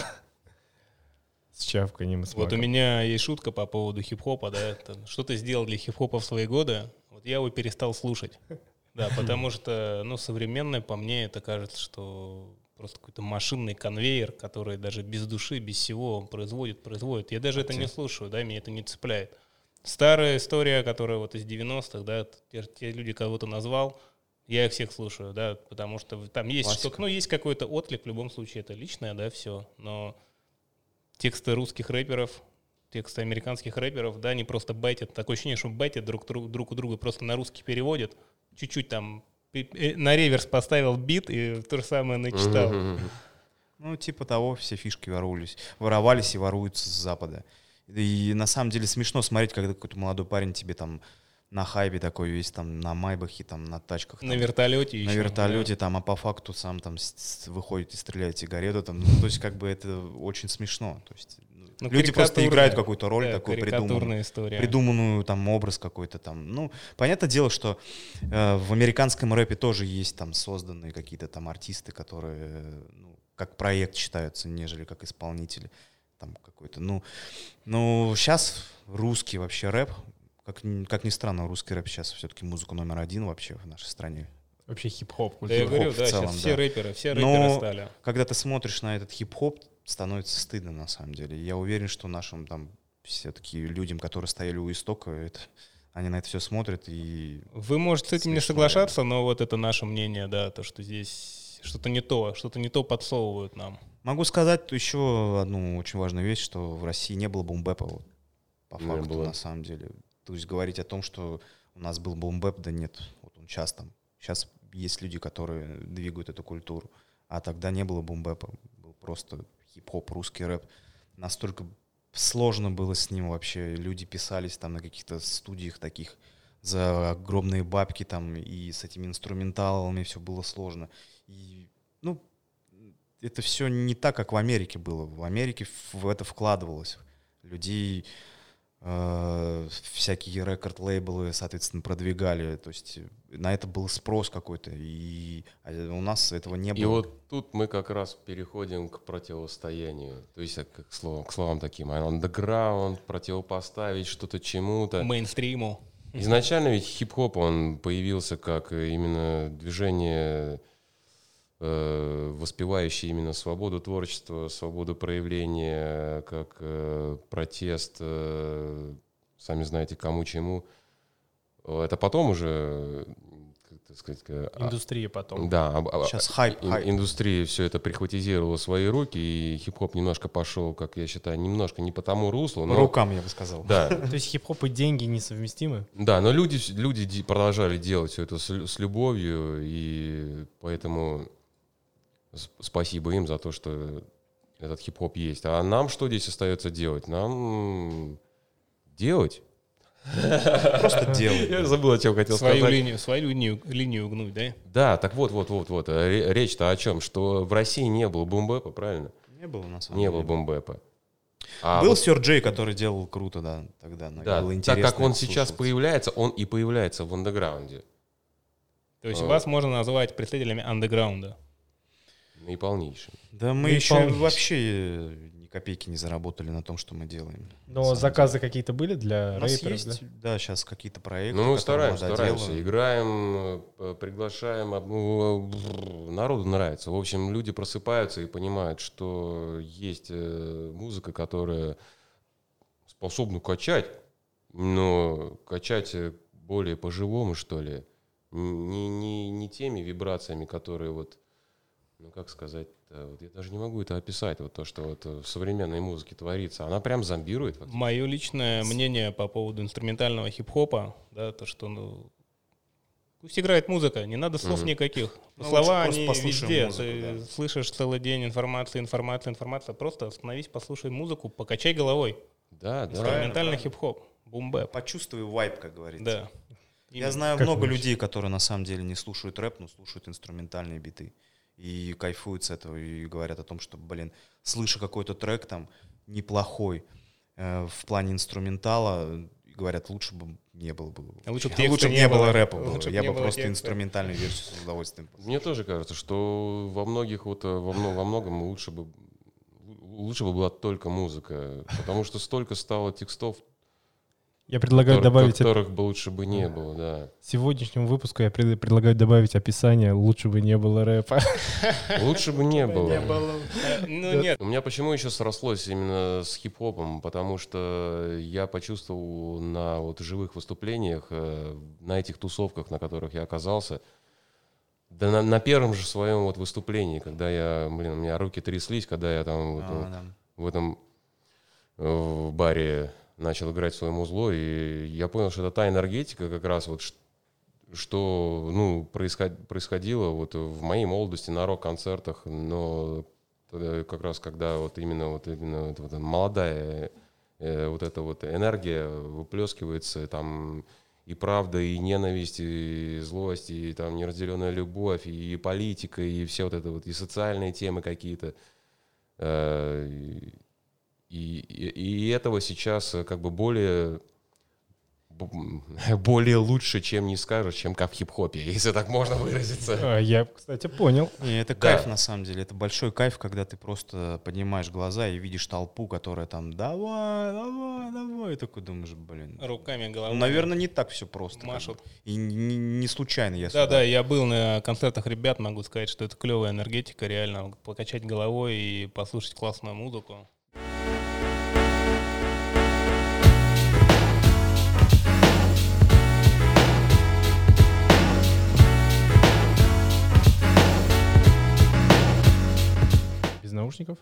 с чавканьем и с маком. Вот у меня есть шутка по поводу хип-хопа, да. Что ты сделал для хип-хопа в свои годы? Вот я его перестал слушать. Да, потому что, современное, по мне, это кажется, что просто какой-то машинный конвейер, который даже без души, без всего производит. Я даже это не слушаю, да, меня это не цепляет. Старая история, которая вот из 90-х, да, те люди, кого ты назвал, я их всех слушаю, да, потому что там есть что-то, есть какой-то отклик, в любом случае это личное, да, все, но тексты русских рэперов, тексты американских рэперов, да, они просто байтят, такое ощущение, что байтят друг у друга, просто на русский переводят, чуть-чуть там на реверс поставил бит и то же самое начитал. Ну, типа того, все фишки воровались и воруются с Запада. И на самом деле смешно смотреть, когда какой-то молодой парень тебе там на хайпе такой весь, там, на майбахе, там, на тачках. Там, на вертолете еще. На вертолете, да. Там, а по факту сам там выходит и стреляет сигарету. Там, ну, то есть, как бы это очень смешно. То есть, люди просто играют какую-то роль, да, такую придуманную, там, образ какой-то там. Ну, понятное дело, что в американском рэпе тоже есть там созданные какие-то там артисты, которые, как проект считаются, нежели как исполнители. Там какой-то, сейчас русский вообще рэп, как ни странно, русский рэп сейчас все-таки музыка номер один вообще в нашей стране. Вообще хип-хоп. Да, я говорю, да, целом, сейчас все рэперы стали. Когда ты смотришь на этот хип-хоп, становится стыдно на самом деле. Я уверен, что нашим там все-таки людям, которые стояли у истока, они на это все смотрят и... Вы можете с этим не соглашаться, но вот это наше мнение, да, то, что здесь что-то не то подсовывают нам. Могу сказать еще одну очень важную вещь, что в России не было бум-бэпа, вот, по факту, на самом деле. То есть говорить о том, что у нас был бум-бэп, да нет, вот он сейчас там. Сейчас есть люди, которые двигают эту культуру, а тогда не было бум-бэпа, был просто хип-хоп, русский рэп. Настолько сложно было с ним вообще, люди писались там на каких-то студиях таких за огромные бабки там, и с этими инструменталами все было сложно. И, это все не так, как в Америке было. В Америке в это вкладывалось. Людей всякие рекорд-лейблы, соответственно, продвигали. То есть на это был спрос какой-то. И у нас этого не было. И вот тут мы как раз переходим к противостоянию. То есть к словам таким. Андеграунд, противопоставить что-то чему-то. Мейнстриму. Изначально ведь хип-хоп, он появился как именно движение... воспевающий именно свободу творчества, свободу проявления, как протест, сами знаете, кому чему. Это потом уже, как сказать... Индустрия потом. Да. Сейчас хайп. Индустрия все это прихватизировала в свои руки, и хип-хоп немножко пошел, как я считаю, немножко не по тому руслу. По рукам, я бы сказал. Да. То есть хип-хоп и деньги несовместимы? Да, но люди продолжали делать все это с любовью, и поэтому... Спасибо им за то, что этот хип-хоп есть. А нам что здесь остается делать? Нам делать. Просто делать. Я забыл, о чем хотел сказать. Свою линию гнуть, да? Да, так вот. Речь-то о чем? Что в России не было бум-бэпа, правильно? Не было, на самом деле. Не было бум-бэпа. Был Сёр Джей, который делал круто, да, тогда. Да, было интересно, так как он сейчас появляется, он и появляется в андеграунде. То есть вас можно назвать представителями андеграунда? Наиполнейшим. Да мы еще вообще ни копейки не заработали на том, что мы делаем. Но заказы какие-то были для рэперов? Есть, да, сейчас какие-то проекты. Ну, мы стараемся, играем, приглашаем. Народу нравится. В общем, люди просыпаются и понимают, что есть музыка, которая способна качать, но качать более по-живому, что ли. Не теми вибрациями, которые вот, как сказать, вот я даже не могу это описать, вот то, что вот в современной музыке творится, она прям зомбирует. Мое личное мнение по поводу инструментального хип-хопа, да, то, что, пусть играет музыка, не надо слов никаких. Слова, они везде, музыку, ты слышишь целый день информация, просто остановись, послушай музыку, покачай головой. Да, инструментальный хип-хоп, бум-бэп. Почувствуй вайб, как говорится. Да. Я знаю много людей, которые на самом деле не слушают рэп, но слушают инструментальные биты. И кайфуют с этого, и говорят о том, что, слыша какой-то трек там неплохой в плане инструментала, говорят, лучше бы не было бы. Лучше бы не было рэпа. Я бы просто текста. инструментальную версию с удовольствием. Мне тоже кажется, что во многом лучше бы была только музыка, потому что столько стало текстов, Я предлагаю добавить... которых бы лучше бы не было, да. Сегодняшнему выпуску я предлагаю добавить описание «Лучше бы не было рэпа». Лучше бы не было. Ну нет. У меня почему еще срослось именно с хип-хопом? Потому что я почувствовал на вот живых выступлениях, на этих тусовках, на которых я оказался, да на первом же своем вот выступлении, когда у меня руки тряслись, когда я там в этом в баре начал играть в свое музло, и я понял, что это та энергетика как раз вот, что происходило вот в моей молодости на рок-концертах, но как раз когда вот именно молодая вот эта вот энергия выплескивается, там и правда, и ненависть, и злость, и там неразделенная любовь, и политика, и все вот это вот, и социальные темы какие-то. И этого сейчас как бы более лучше, чем не скажешь, чем как в хип-хопе, если так можно выразиться. Я, кстати, понял. Это кайф, на самом деле. Это большой кайф, когда ты просто поднимаешь глаза и видишь толпу, которая там давай, и такой думаешь, блин. Руками, головой. Наверное, не так все просто. Машут. И не случайно я Да, я был на концертах ребят, могу сказать, что это клевая энергетика, реально покачать головой и послушать классную музыку. Без наушников?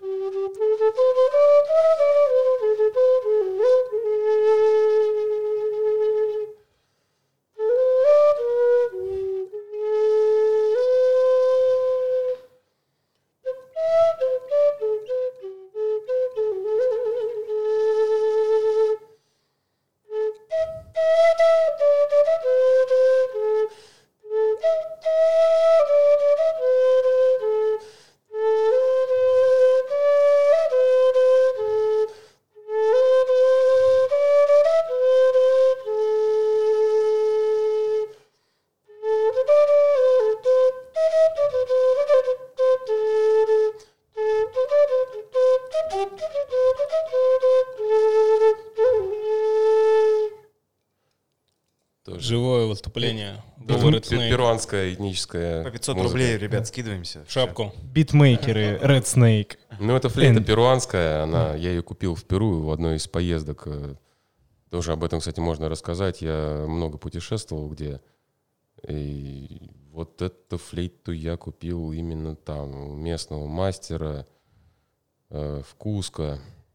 Живое выступление. Перуанская этническая По 500 музыка. рублей, ребят, скидываемся. Шапку. Битмейкеры, Red Snake. Ну, это флейта перуанская, я ее купил в Перу в одной из поездок. Тоже об этом, кстати, можно рассказать. Я много путешествовал где. И вот эту флейту я купил именно там, у местного мастера в Куско,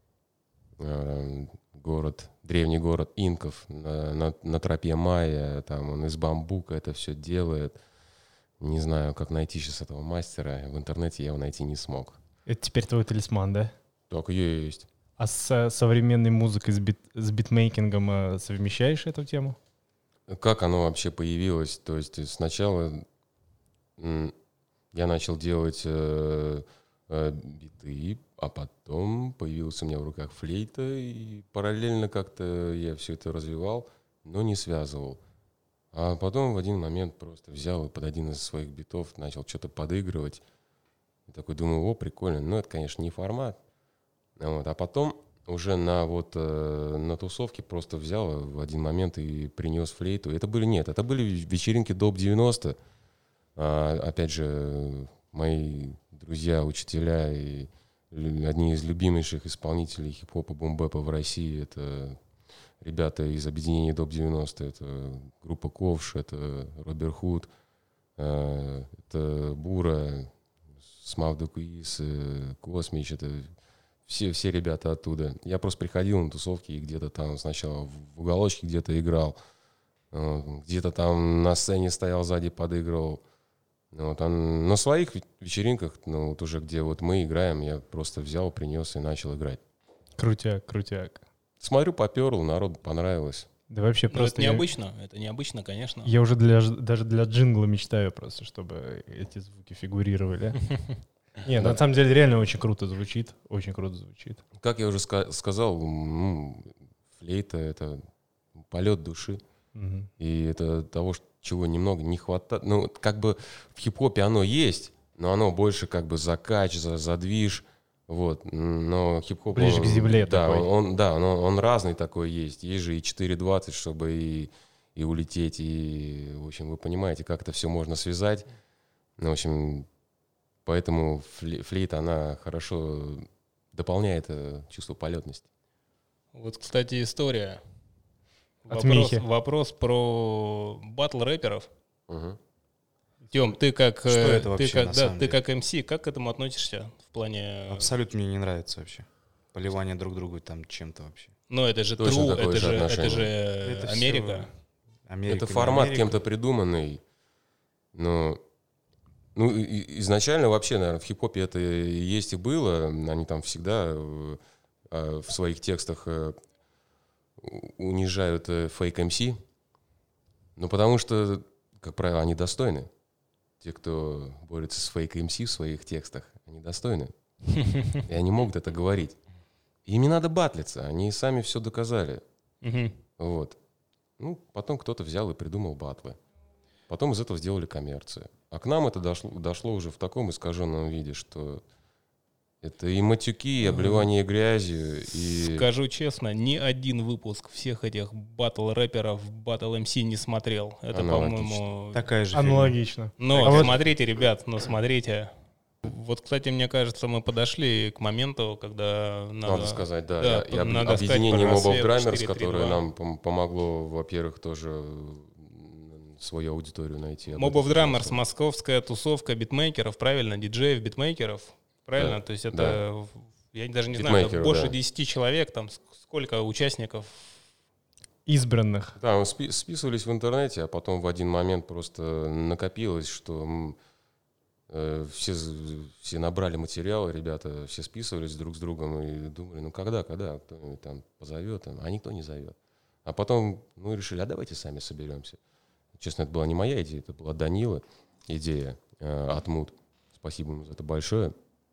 древний город инков, на тропе Майя. Там он из бамбука это все делает. Не знаю, как найти сейчас этого мастера. В интернете я его найти не смог. Это теперь твой талисман, да? Так есть. А с современной музыкой, с битмейкингом совмещаешь эту тему? Как оно вообще появилось? То есть сначала я начал делать биты, а потом появился у меня в руках флейта, и параллельно как-то я все это развивал, но не связывал. А потом в один момент просто взял и под один из своих битов начал что-то подыгрывать. И такой думаю, прикольно. Ну, это, конечно, не формат. Вот. А потом уже на тусовке просто взял в один момент и принес флейту. Это были вечеринки Доп 90. Опять же, мои друзья, учителя и одни из любимейших исполнителей хип-хопа, бум-бэпа в России — это ребята из объединения Доп 90. Это группа Ковш, это Робер Худ, это Бура, Смавдукуис, Космич, это все ребята оттуда. Я просто приходил на тусовки и где-то там сначала в уголочке где-то играл, где-то там на сцене стоял сзади, подыгрывал. Вот, а на своих вечеринках, вот уже где вот мы играем, я просто взял, принес и начал играть. Крутяк. Смотрю, поперло, народу понравилось. Да вообще просто... Это необычно, конечно. Я уже даже для джингла мечтаю просто, чтобы эти звуки фигурировали. Нет, на самом деле реально очень круто звучит. Очень круто звучит. Как я уже сказал, флейта — это полет души. И это того, чего немного не хватает. Ну, как бы в хип-хопе оно есть, но оно больше как бы за кач, за движ. Вот. Но хип-хоп... Ближе к земле такой. Он разный такой есть. Есть же и 4.20, чтобы и улететь, и, в общем, вы понимаете, как это все можно связать. Ну, в общем, поэтому флейта, она хорошо дополняет чувство полетности. Вот, кстати, история. От Михи. Вопрос про батл рэперов. Угу. Тём, ты как Что это вообще, на самом ты деле? как МС, как к этому относишься в плане? Абсолютно мне не нравится вообще. Поливание друг другу там чем-то вообще. Ну, это же Точно true, такое же это отношение. же Это Америка. всё Америка, Это не формат Америка. кем-то придуманный, но изначально вообще, наверное, в хип-хопе это и есть и было. Они там всегда в своих текстах унижают фейк-МС, но потому что, как правило, они достойны. Те, кто борется с фейк-МС в своих текстах, они достойны. И они могут это говорить. Им не надо батлиться, они сами все доказали. Вот. Ну, потом кто-то взял и придумал батлы. Потом из этого сделали коммерцию. А к нам это дошло уже в таком искаженном виде, что это и матюки, и обливание грязью, и... Скажу честно, ни один выпуск всех этих батл-рэперов, батл-МС не смотрел. Это, по-моему... Такая же фигня. Аналогично. Но А вот- смотрите, ребят, смотрите. Вот, кстати, мне кажется, мы подошли к моменту, когда Надо сказать, да. да, И надо сказать объединение про Mob of рассвет Drummers, 432. которое нам помогло, во-первых, тоже свою аудиторию найти. Mob of Drummers, московская тусовка битмейкеров, правильно, диджеев, битмейкеров, правильно? Да, То есть это, я даже не знаю, это Битмейкеров, больше да. 10 человек, там сколько участников. Избранных. Да, мы списывались в интернете, а потом в один момент просто накопилось, что все набрали материал, ребята все списывались друг с другом и думали, ну когда, кто-нибудь там позовет, а никто не зовет. А потом мы решили, а давайте сами соберемся. Честно, это была не моя идея, это была Данила идея от Муд. Спасибо ему за это большое.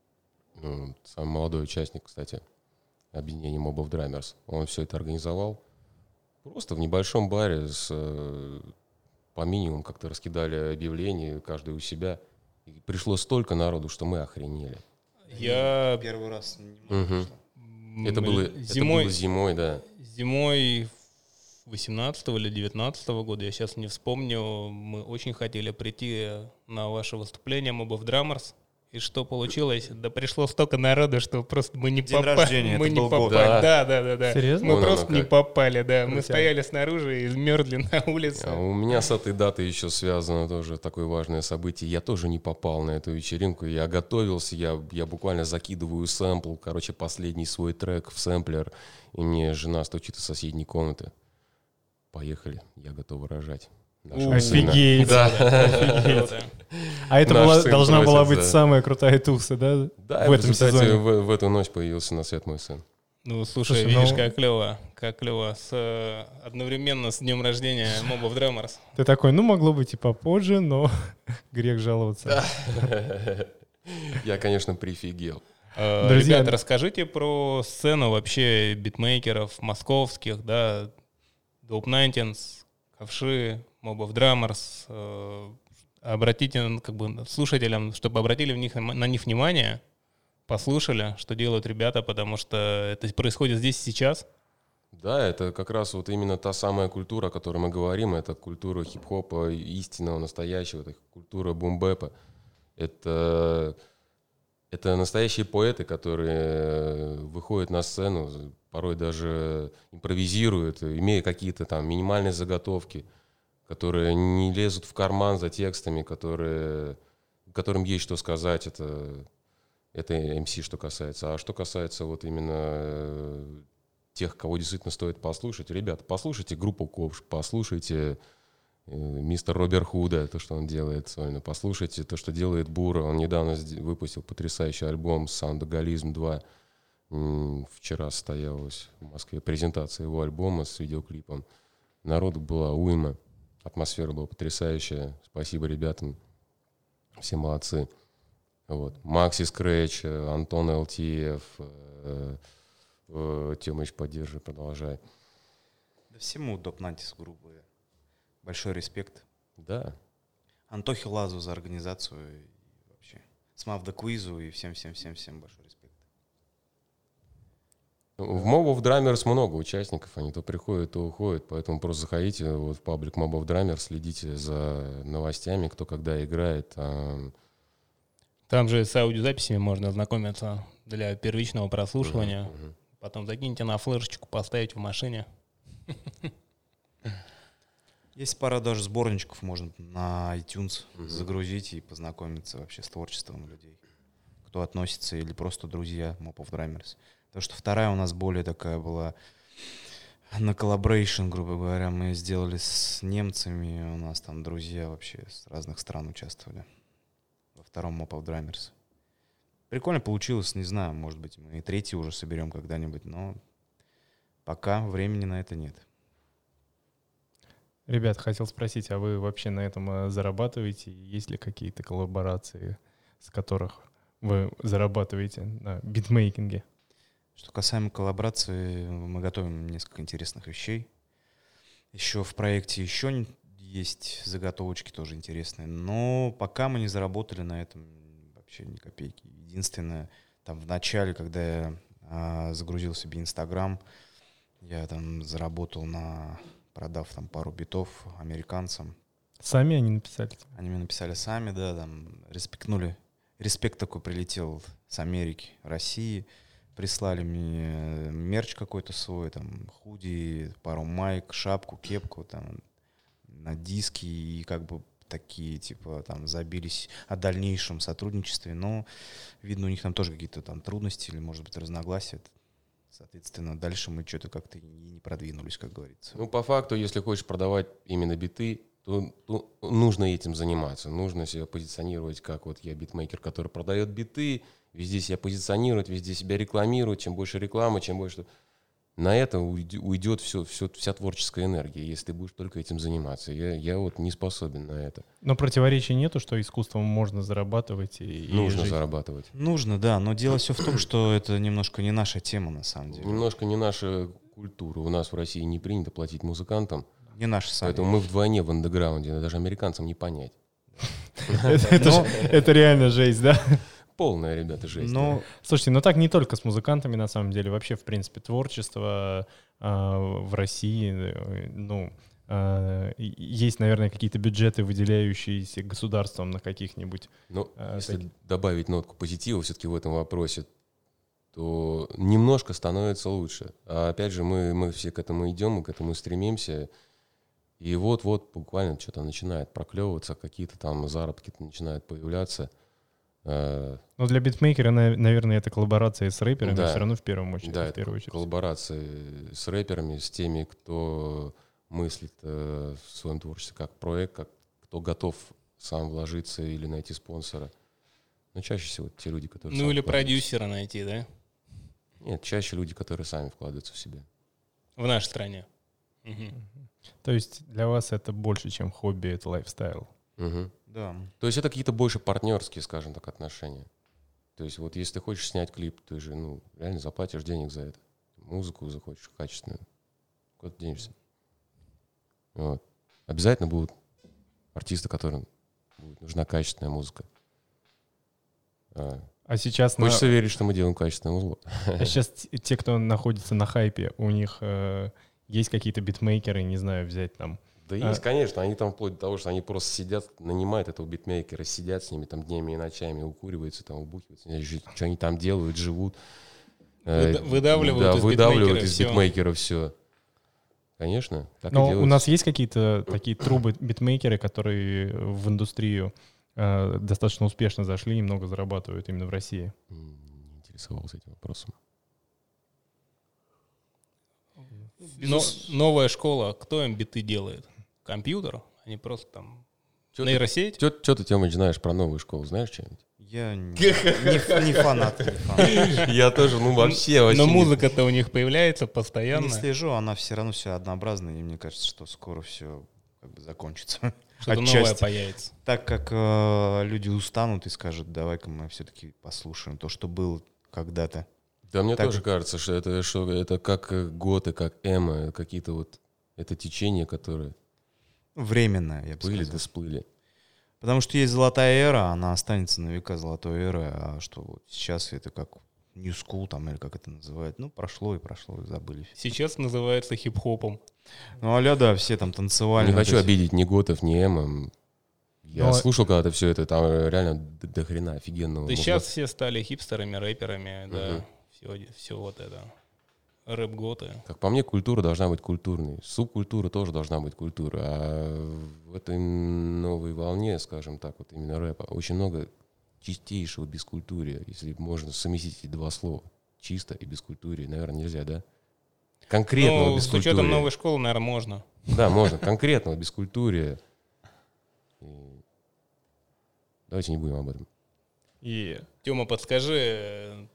Самый молодой участник, кстати, объединения Mob of Drummers. Он все это организовал. Просто в небольшом баре по минимуму как-то раскидали объявления, каждый у себя. И пришло столько народу, что мы охренели. Я Первый раз не Мгм. Это было зимой, да. Зимой 18 или 19 года, я сейчас не вспомню, мы очень хотели прийти на ваше выступление Mob of Drummers. И что получилось? Да пришло столько народу, что просто мы не День попали. рождения, Мы это не был год. попали. Да. Серьезно? Мы Вон просто оно не как. попали, да. Мы Крутяк. стояли снаружи и замерзли на улице. А у меня с этой датой еще связано тоже такое важное событие. Я тоже не попал на эту вечеринку. Я готовился, я буквально закидываю сэмпл, последний свой трек в сэмплер, и мне жена стучит из соседней комнаты. Поехали, я готов рожать. Нашего сына. Офигеть. Да. Круто. А это Наш сын должна была просит, быть да. самая крутая туса, да? Да, в этом результате сезоне. в эту ночь появился на свет мой сын. Ну, слушай, Слушай, видишь, ну- как клево. Одновременно с днем рождения Mob of Drummers. Ты такой, ну, могло быть и попозже, но грех жаловаться. Я, конечно, прифигел. Друзья, Ребята, расскажите про сцену вообще битмейкеров московских, да, Dope 19, Ковши, Mob of Drummers. Обратите как бы слушателям, чтобы обратили на них внимание, послушали, что делают ребята, потому что это происходит здесь и сейчас. Да, это как раз вот именно та самая культура, о которой мы говорим. Это культура хип-хопа истинного, настоящего, это культура бум-бэпа. Это настоящие поэты, которые выходят на сцену, порой даже импровизируют, имея какие-то там минимальные заготовки, которые не лезут в карман за текстами, которым есть что сказать. Это МС, что касается. А что касается вот именно тех, кого действительно стоит послушать, ребята, послушайте группу Ковш, послушайте мистер Роберт Худа, то, что он делает сольно, послушайте то, что делает Бура. Он недавно выпустил потрясающий альбом «Саундоголизм 2». Вчера состоялась в Москве презентация его альбома с видеоклипом. Народу была уйма, атмосфера была потрясающая. Спасибо ребятам, все молодцы. Вот. Макси Скретч, Антон ЛТФ, Тёмыч, поддерживай, продолжай. Да всему Доп-Нантис группы большой респект. Да. Антохе Лазу за организацию и вообще. Смав да Квизу и всем большой респект. В Mob of Drummers много участников, они то приходят, то уходят, поэтому просто заходите вот в паблик Mob of Drummers, следите за новостями, кто когда играет. Там же с аудиозаписями можно ознакомиться для первичного прослушивания. Потом закиньте на флешечку, поставить в машине. Есть пара даже сборничков, можно на iTunes загрузить и познакомиться вообще с творчеством людей, кто относится, или просто друзья Mob of Drummers. Потому что вторая у нас более такая была на коллаборейшн, грубо говоря, мы сделали с немцами, у нас там друзья вообще с разных стран участвовали во втором Mob of Drummers. Прикольно получилось, не знаю, может быть, мы и третий уже соберем когда-нибудь, но пока времени на это нет. Ребят, хотел спросить, а вы вообще на этом зарабатываете? Есть ли какие-то коллаборации, с которых вы зарабатываете на битмейкинге? Что касаемо коллаборации, мы готовим несколько интересных вещей. Еще в проекте есть заготовочки тоже интересные, но пока мы не заработали на этом вообще ни копейки. Единственное, там в начале, когда я загрузил себе Инстаграм, я там заработал продав там пару битов американцам. Сами они написали? Они мне написали сами, да, там респектнули. Респект такой прилетел с Америки, России. Прислали мне мерч какой-то свой, там, худи, пару майк, шапку, кепку, там, на диски, и как бы такие, типа, там, забились о дальнейшем сотрудничестве, но, видно, у них там тоже какие-то там трудности или, может быть, разногласия. Соответственно, дальше мы что-то как-то не продвинулись, как говорится. Ну, по факту, если хочешь продавать именно биты, то нужно этим заниматься. Нужно себя позиционировать, как вот я битмейкер, который продает биты, везде себя позиционирует, везде себя рекламирует. Чем больше рекламы, чем больше... На это уйдет вся творческая энергия, если ты будешь только этим заниматься. Я вот не способен на это. Но противоречий нету, что искусством можно зарабатывать Нужно зарабатывать. Нужно, да, но дело все в том, что это немножко не наша тема, на самом деле. Немножко не наша культура. У нас в России не принято платить музыкантам. Не наша сами. Поэтому мы вдвойне в андеграунде, даже американцам не понять. Это реально жесть, да? Полная, ребята, жесть. Слушайте, но так не только с музыкантами, на самом деле. Вообще, в принципе, творчество в России, есть, наверное, какие-то бюджеты, выделяющиеся государством на каких-нибудь... Если добавить нотку позитива все-таки в этом вопросе, то немножко становится лучше. А опять же, мы все к этому идем, мы к этому стремимся. И вот буквально что-то начинает проклевываться, какие-то там заработки начинают появляться. Но для битмейкера, наверное, это коллаборация с рэперами, да, все равно в первую очередь. Да, это коллаборации с рэперами, с теми, кто мыслит в своем творчестве как проект, кто готов сам вложиться или найти спонсора. Но чаще всего те люди, которые... Ну или продюсера найти, да? Нет, чаще люди, которые сами вкладываются в себя. В нашей стране. То есть для вас это больше, чем хобби, это лайфстайл? Угу. Да. То есть это какие-то больше партнерские, скажем так, отношения. То есть вот если ты хочешь снять клип, ты же реально заплатишь денег за это. Музыку захочешь качественную. Куда ты денешься? Вот. Обязательно будут артисты, которым будет нужна качественная музыка. А сейчас... Хочется верить, что мы делаем качественное музыку. А сейчас те, кто находится на хайпе, у них есть какие-то битмейкеры, не знаю, взять там... Да есть, конечно. Они там вплоть до того, что они просто сидят, нанимают этого битмейкера, сидят с ними там днями и ночами, укуриваются, там убухиваются, что они там делают, живут. Выдавливают из битмейкера все. Конечно, так Но и делают. У нас есть какие-то такие трубы-битмейкеры, которые в индустрию достаточно успешно зашли и много зарабатывают именно в России? Не интересовался этим вопросом. Но новая школа, кто им биты делает? Компьютер? Они просто там нейросеть? Что ты, Тёмыч, знаешь про новую школу? Знаешь что-нибудь? Я не фанат. Я тоже, вообще. Но музыка-то у них появляется постоянно. Не слежу, она все равно все однообразная, и мне кажется, что скоро все как бы закончится. Что-то новое появится. Так как люди устанут и скажут, давай-ка мы все-таки послушаем то, что было когда-то. Да, мне тоже кажется, что это как готы, как эмо, какие-то вот это течение, которое Временное, я бы были сказал. да сплыли. Потому что есть золотая эра, она останется на века золотой эрой, а что вот сейчас это как New School там, или как это называют, ну, прошло и забыли. Сейчас называется хип-хопом. Ну, а да, все там танцевали. Не хочу обидеть ни Готов, ни Эма. Я Но- слушал когда-то все это, там реально до хрена офигенного. Да музла. сейчас все стали хипстерами, рэперами, да, Мгм. все вот это. Рэп-готы. Как по мне, культура должна быть культурной. Субкультура тоже должна быть культура. А в этой новой волне, скажем так, вот именно рэпа, очень много чистейшего бескультурия. Если можно совместить эти два слова. Чисто и бескультурие. Наверное, нельзя, да? Конкретного Ну, с бескультурия. учетом новой школы, наверное, можно. Да, можно. Конкретного бескультурия. И давайте не будем об этом. И Тёма, подскажи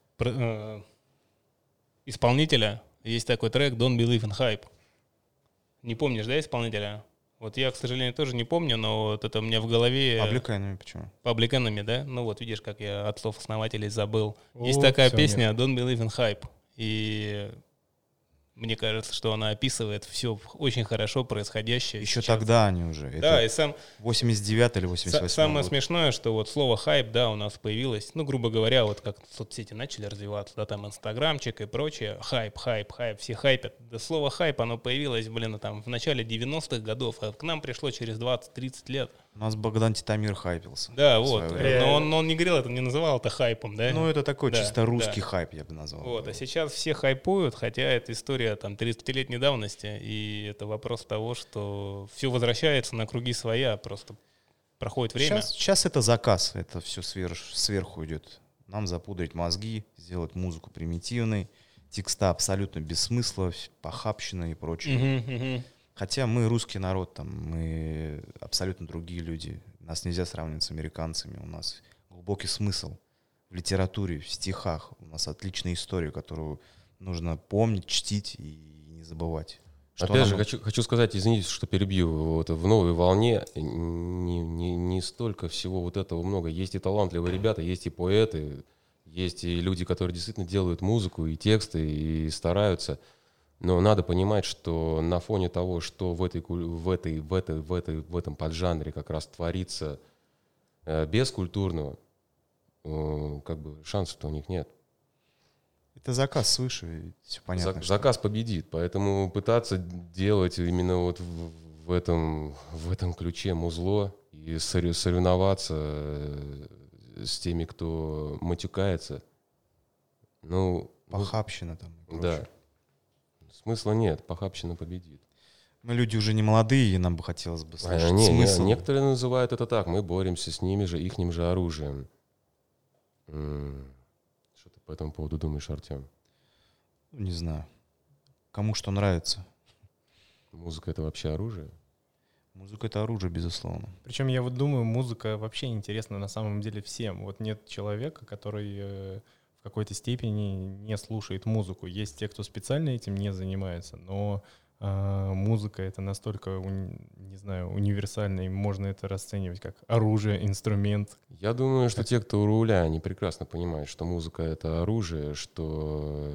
исполнителя. Есть такой трек «Don't Believe in Hype». Не помнишь, да, исполнителя? Вот я, к сожалению, тоже не помню, но вот это у меня в голове... Пабликайнами почему? Public Enemy, да? Ну вот, видишь, как я от слов-основателей забыл. Есть О, такая всё, песня «Don't Believe in Hype». И мне кажется, что она описывает все очень хорошо происходящее. Еще сейчас. тогда они уже. Да, Это и сам... 89 или 88 Самое год. смешное, что вот слово «хайп», да, у нас появилось, ну, грубо говоря, вот как соцсети начали развиваться, да, там инстаграмчик и прочее, хайп, все хайпят. Да слово «хайп», оно появилось, там, в начале 90-х годов, а к нам пришло через 20-30 лет. У нас Богдан Титамир хайпился. Да, в вот. свое время. Но он не говорил это, не называл это хайпом, да? Ну, это такой Да, чисто русский да. хайп, я бы назвал. Вот, а сейчас все хайпуют, хотя это история там 30-летней давности, и это вопрос того, что все возвращается на круги своя, просто проходит время. Сейчас это заказ, это все сверху идет. Нам запудрить мозги, сделать музыку примитивной, текста абсолютно без смысла, похабщина и прочее. Мгм, мгм. Хотя мы русский народ, там, мы абсолютно другие люди. Нас нельзя сравнивать с американцами. У нас глубокий смысл в литературе, в стихах. У нас отличная история, которую нужно помнить, чтить и не забывать. Что Опять же, нам- хочу сказать, извините, что перебью. Вот в новой волне не столько всего вот этого много. Есть и талантливые ребята, есть и поэты, есть и люди, которые действительно делают музыку и тексты, и стараются. Но надо понимать, что на фоне того, что в этом поджанре как раз творится бескультурного, как бы шансов-то у них нет. Это заказ свыше, и все понятно. что- Заказ победит, поэтому пытаться делать именно вот в этом ключе музло и соревноваться с теми, кто матюкается, ну, Похабщина там. и да, прочее. смысла нет, похабщина победит. Мы люди уже не молодые, и нам бы хотелось бы слышать смысл. Некоторые называют это так, мы боремся с ними же, ихним же оружием. Что ты по этому поводу думаешь, Артем? Не знаю. Кому что нравится. Музыка — это вообще оружие? Музыка — это оружие, безусловно. причем я вот думаю, музыка вообще интересна на самом деле всем. Вот нет человека, который в какой-то степени не слушает музыку. Есть те, кто специально этим не занимается, но музыка — это настолько, не знаю, универсальная, и можно это расценивать как оружие, инструмент. Я думаю, что те, кто у руля, они прекрасно понимают, что музыка — это оружие, что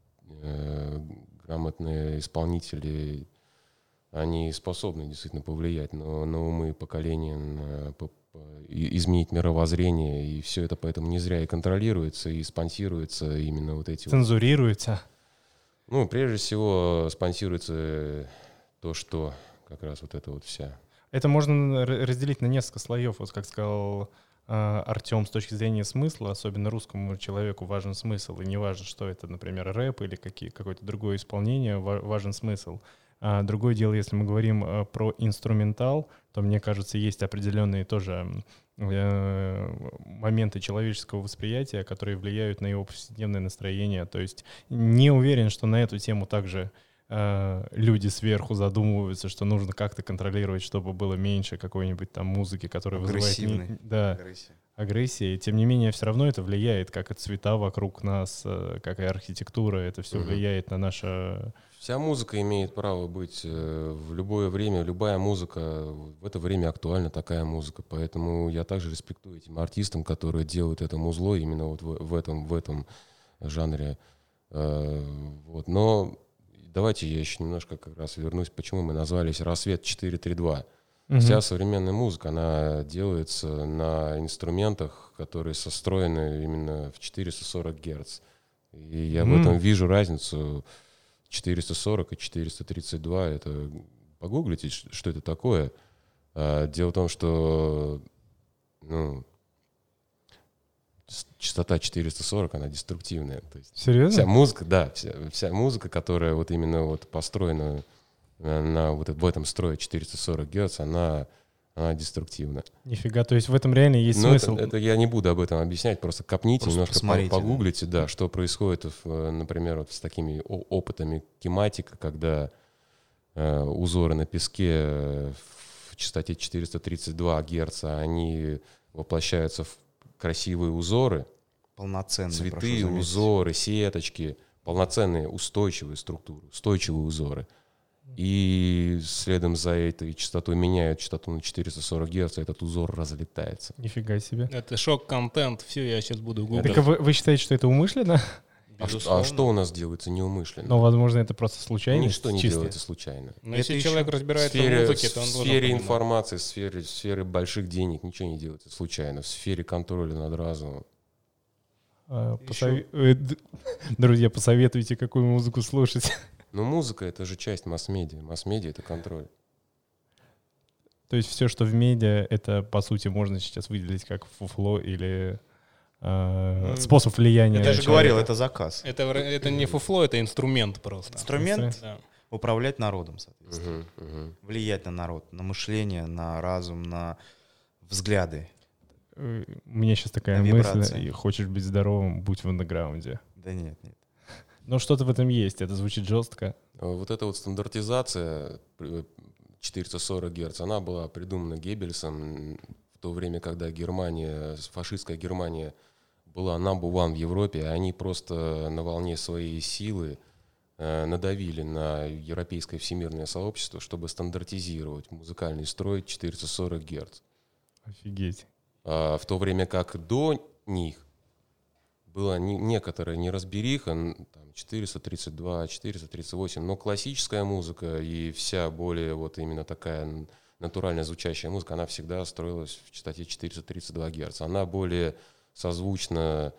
грамотные исполнители, они способны действительно повлиять на умы поколения, изменить мировоззрение, и все это поэтому не зря и контролируется, и спонсируется именно вот эти... Цензурируется. Ну, прежде всего, спонсируется то, что как раз вот это вот вся... Это можно разделить на несколько слоев. Вот как сказал Артем, с точки зрения смысла, особенно русскому человеку важен смысл. И не важно, что это, например, рэп или какое-то другое исполнение, важен смысл. А другое дело, если мы говорим про инструментал, то, мне кажется, есть определенные тоже моменты человеческого восприятия, которые влияют на его повседневное настроение. То есть не уверен, что на эту тему также люди сверху задумываются, что нужно как-то контролировать, чтобы было меньше какой-нибудь там музыки, которая вызывает агрессии. Тем не менее, все равно это влияет, как и цвета вокруг нас, как и архитектура. Это все влияет на наше... Вся музыка имеет право быть в любое время, любая музыка, в это время актуальна такая музыка. Поэтому я также респектую этим артистам, которые делают это музло именно вот в этом жанре. Вот. Но давайте я еще немножко как раз вернусь, почему мы назвались «Рассвет 432». Вся современная музыка, она делается на инструментах, которые состроены именно в 440 Гц. И я в этом вижу разницу 440 и 432. Это погуглите, что это такое. Дело в том, что частота 440, она деструктивная. То есть серьезно? Вся музыка, да, вся музыка, которая вот именно вот построена в этом строе 440 Гц, она деструктивна. Нифига, то есть в этом реально есть смысл. Это я не буду об этом объяснять, просто копните, просто немножко погуглите, да, что происходит, например, вот с такими опытами кинематика, когда узоры на песке в частоте 432 Гц, они воплощаются в красивые узоры, полноценные, цветы, узоры, сеточки, полноценные устойчивые структуры, устойчивые узоры. И следом за этой частотой меняют частоту на 440 Гц, и этот узор разлетается. Нифига себе. Это шок-контент. Все, я сейчас буду гуглить. Так вы считаете, что это умышленно? А что у нас делается неумышленно? Ну, возможно, это просто случайно. Ничто не делается случайно. Но если человек разбирается в музыке, то он должен в сфере понимать. информации, в сфере больших денег ничего не делается случайно. В сфере контроля над разумом. Друзья, посоветуйте, какую музыку слушать. Но музыка — это же часть масс-медиа. Масс-медиа — это контроль. То есть все, что в медиа, это, по сути, можно сейчас выделить как фуфло или способ влияния. Я же говорил, это заказ. Это не фуфло, это инструмент просто. Инструмент Да. управлять народом, соответственно. Влиять на народ, на мышление, на разум, на взгляды. У меня сейчас такая На мысль, вибрации. и хочешь быть здоровым, будь в андеграунде. Да нет. Но что-то в этом есть, это звучит жестко. Вот эта вот стандартизация 440 Гц, она была придумана Геббельсом в то время, когда фашистская Германия была number one в Европе, они просто на волне своей силы надавили на европейское всемирное сообщество, чтобы стандартизировать музыкальный строй 440 Гц. Офигеть. В то время как до них была некоторая неразбериха, там 432, 438, но классическая музыка и вся более вот именно такая натурально звучащая музыка, она всегда строилась в частоте 432 Гц. Она более созвучна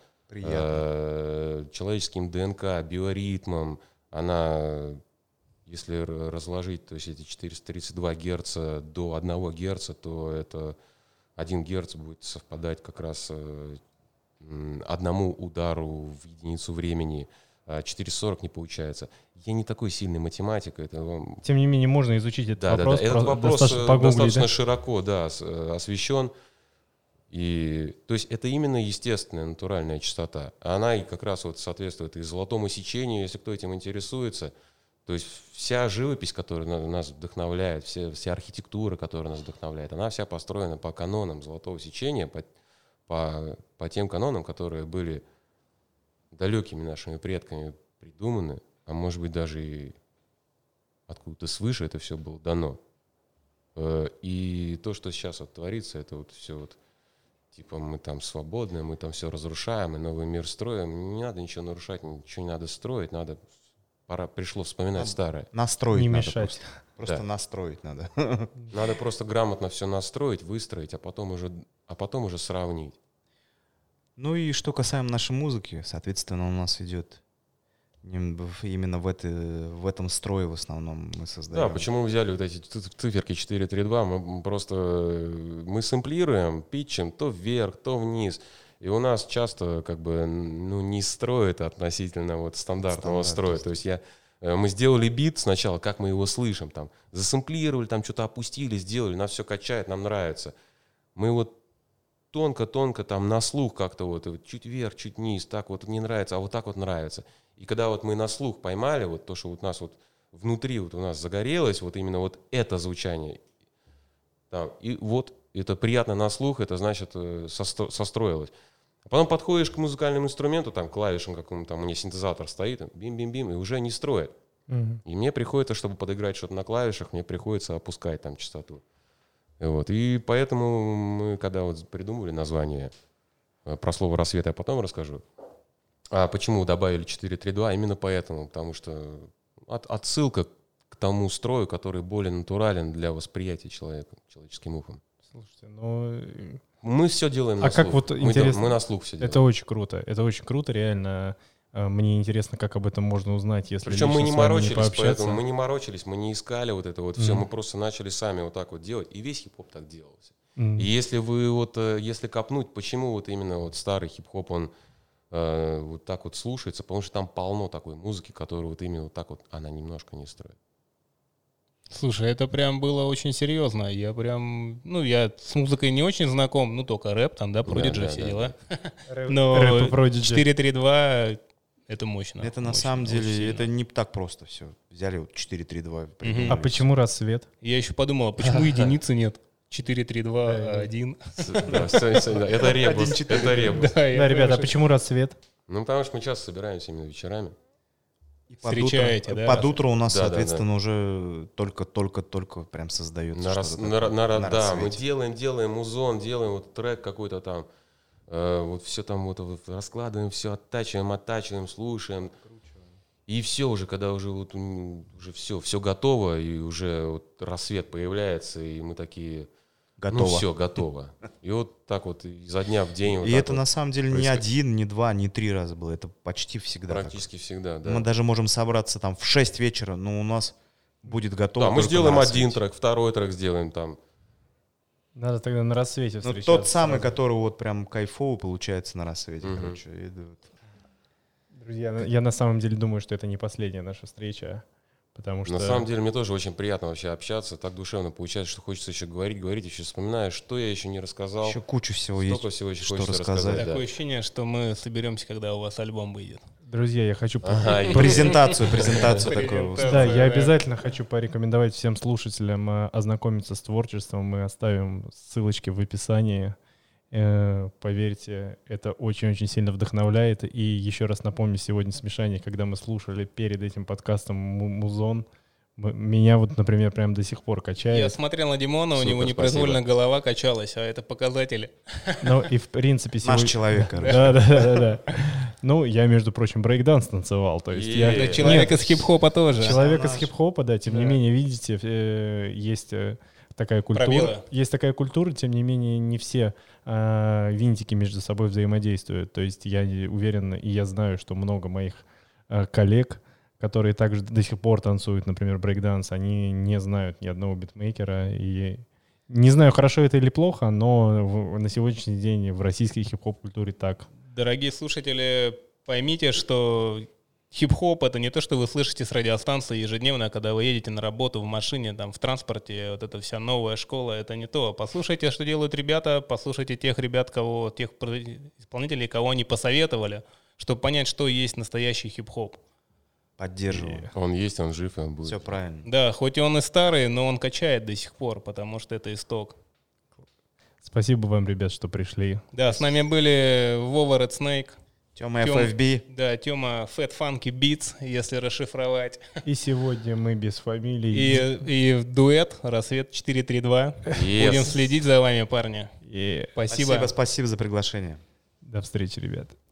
человеческим ДНК, биоритмам. Она, если разложить, то есть эти 432 Гц до 1 Гц, то это 1 Гц будет совпадать как раз одному удару в единицу времени, 440 не получается. Я не такой сильный математик. Тем не менее, можно изучить этот вопрос. Да. Этот вопрос достаточно широко освещен. И, то есть это именно естественная, натуральная частота. Она и как раз вот соответствует и золотому сечению, если кто этим интересуется. То есть вся живопись, которая нас вдохновляет, вся архитектура, которая нас вдохновляет, она вся построена по канонам золотого сечения, по тем канонам, которые были далекими нашими предками придуманы, а может быть даже и откуда-то свыше это все было дано. И то, что сейчас вот творится, это вот все вот типа мы там свободны, мы там все разрушаем и новый мир строим. Не надо ничего нарушать, ничего не надо строить, пришло вспоминать старое. Настроить не надо мешать. Просто настроить надо. Надо просто грамотно все настроить, выстроить, а потом уже сравнить. Ну и что касаемо нашей музыки, соответственно, у нас идет именно в этом строе в основном мы создаем. Да, почему мы взяли вот эти циферки 432, мы сэмплируем, питчем то вверх, то вниз. И у нас часто как бы не строит относительно вот стандартного строя. То есть мы сделали бит сначала, как мы его слышим, там, засэмплировали, там что-то опустили, сделали, нас все качает, нам нравится. Мы вот тонко-тонко там на слух как-то вот чуть вверх, чуть вниз, так вот не нравится, а вот так вот нравится. И когда вот мы на слух поймали вот то, что вот у нас вот внутри вот у нас загорелось, вот именно вот это звучание, там, и вот это приятно на слух, это значит состроилось. А потом подходишь к музыкальному инструменту, там, клавишам какому-то, там у меня синтезатор стоит, бим-бим-бим, и уже не строит. И мне приходится, чтобы подыграть что-то на клавишах, мне приходится опускать там частоту. Вот. И поэтому мы, когда вот придумывали название, про слово «рассвет» я потом расскажу. А почему добавили 432? Именно поэтому, потому что отсылка к тому строю, который более натурален для восприятия человека, человеческим ухом. Слушайте, ну... Мы все делаем на слух. Как вот интересно... Мы на слух все делаем. Это очень круто, реально. Мне интересно, как об этом можно узнать, если причем мы не морочились, пообщаться. мы не морочились, мы не искали вот это вот все, мы просто начали сами вот так вот делать, и весь хип-хоп так делался. И если вы вот, если копнуть, почему вот именно вот старый хип-хоп, он вот так вот слушается, потому что там полно такой музыки, которую вот именно вот так вот она немножко не строит. Слушай, это прям было очень серьезно. Я прям, я с музыкой не очень знаком, только рэп там, да, Prodigy, все дела. Но 4-3-2 это мощно. Это на самом деле, это не так просто все. Взяли вот 4-3-2. А почему рассвет? Я еще подумал, почему единицы нет? 4-3-2-1. Это ребус. Это ребус. Да, ребята, а почему рассвет? Потому что мы часто собираемся именно вечерами. Встречаете, да? Под утро у нас, соответственно, уже только прям создается. Да, мы делаем музон, делаем вот трек какой-то там. Вот все там вот раскладываем, все оттачиваем, слушаем. И все уже, когда уже все готово, и уже вот рассвет появляется, и мы такие... Готово. Все, готово. И вот так вот изо дня в день. И это на самом деле не один, не два, не три раза было. Это почти всегда. Практически всегда, да. Мы даже можем собраться там в 6 вечера, но у нас будет готово. Да, мы сделаем один трек, второй трек сделаем там. Надо тогда на рассвете встречаться. Тот самый, который вот прям кайфовый получается на рассвете, короче. Друзья, я на самом деле думаю, что это не последняя наша встреча. Потому что... На самом деле мне тоже очень приятно вообще общаться, так душевно получается, что хочется еще говорить, еще вспоминаю, что я еще не рассказал. Еще кучу всего Столько есть, всего еще что хочется рассказать. Такое ощущение, что мы соберемся, когда у вас альбом выйдет. Друзья, я хочу... Презентацию такую. Да, я обязательно хочу порекомендовать всем слушателям ознакомиться с творчеством. Мы оставим ссылочки в описании. Поверьте, это очень-очень сильно вдохновляет. И еще раз напомню, сегодня с Мишаней, когда мы слушали перед этим подкастом музон, меня вот, например, прям до сих пор качает. Я смотрел на Димона, у него непроизвольно голова качалась, а это показатели. Ну и в принципе... Наш человек, короче. Да. Ну, я, между прочим, брейкданс танцевал. То есть я... Человек из хип-хопа тоже. Человек из хип-хопа, да. Тем не менее, видите, есть... такая культура. Пробелы. Есть такая культура, тем не менее, не все винтики между собой взаимодействуют. То есть я уверен, и я знаю, что много моих коллег, которые также до сих пор танцуют, например, брейкданс, они не знают ни одного битмейкера. И не знаю, хорошо это или плохо, но на сегодняшний день в российской хип-хоп-культуре так. Дорогие слушатели, поймите, что хип-хоп — это не то, что вы слышите с радиостанции ежедневно, когда вы едете на работу в машине, там, в транспорте, вот эта вся новая школа, это не то. Послушайте, что делают ребята, послушайте тех ребят, тех исполнителей, кого они посоветовали, чтобы понять, что есть настоящий хип-хоп. Поддерживаю. Он есть, он жив, и он будет. Все правильно. Да, хоть и он и старый, но он качает до сих пор, потому что это исток. Спасибо вам, ребят, что пришли. Да, с нами были Вова Red Snake, Тёма FFB. Да, Тёма Fat Funky Beats, если расшифровать. И сегодня мы без фамилии. И дуэт «Рассвет 432». Yes. Будем следить за вами, парни. Спасибо. Спасибо за приглашение. До встречи, ребята.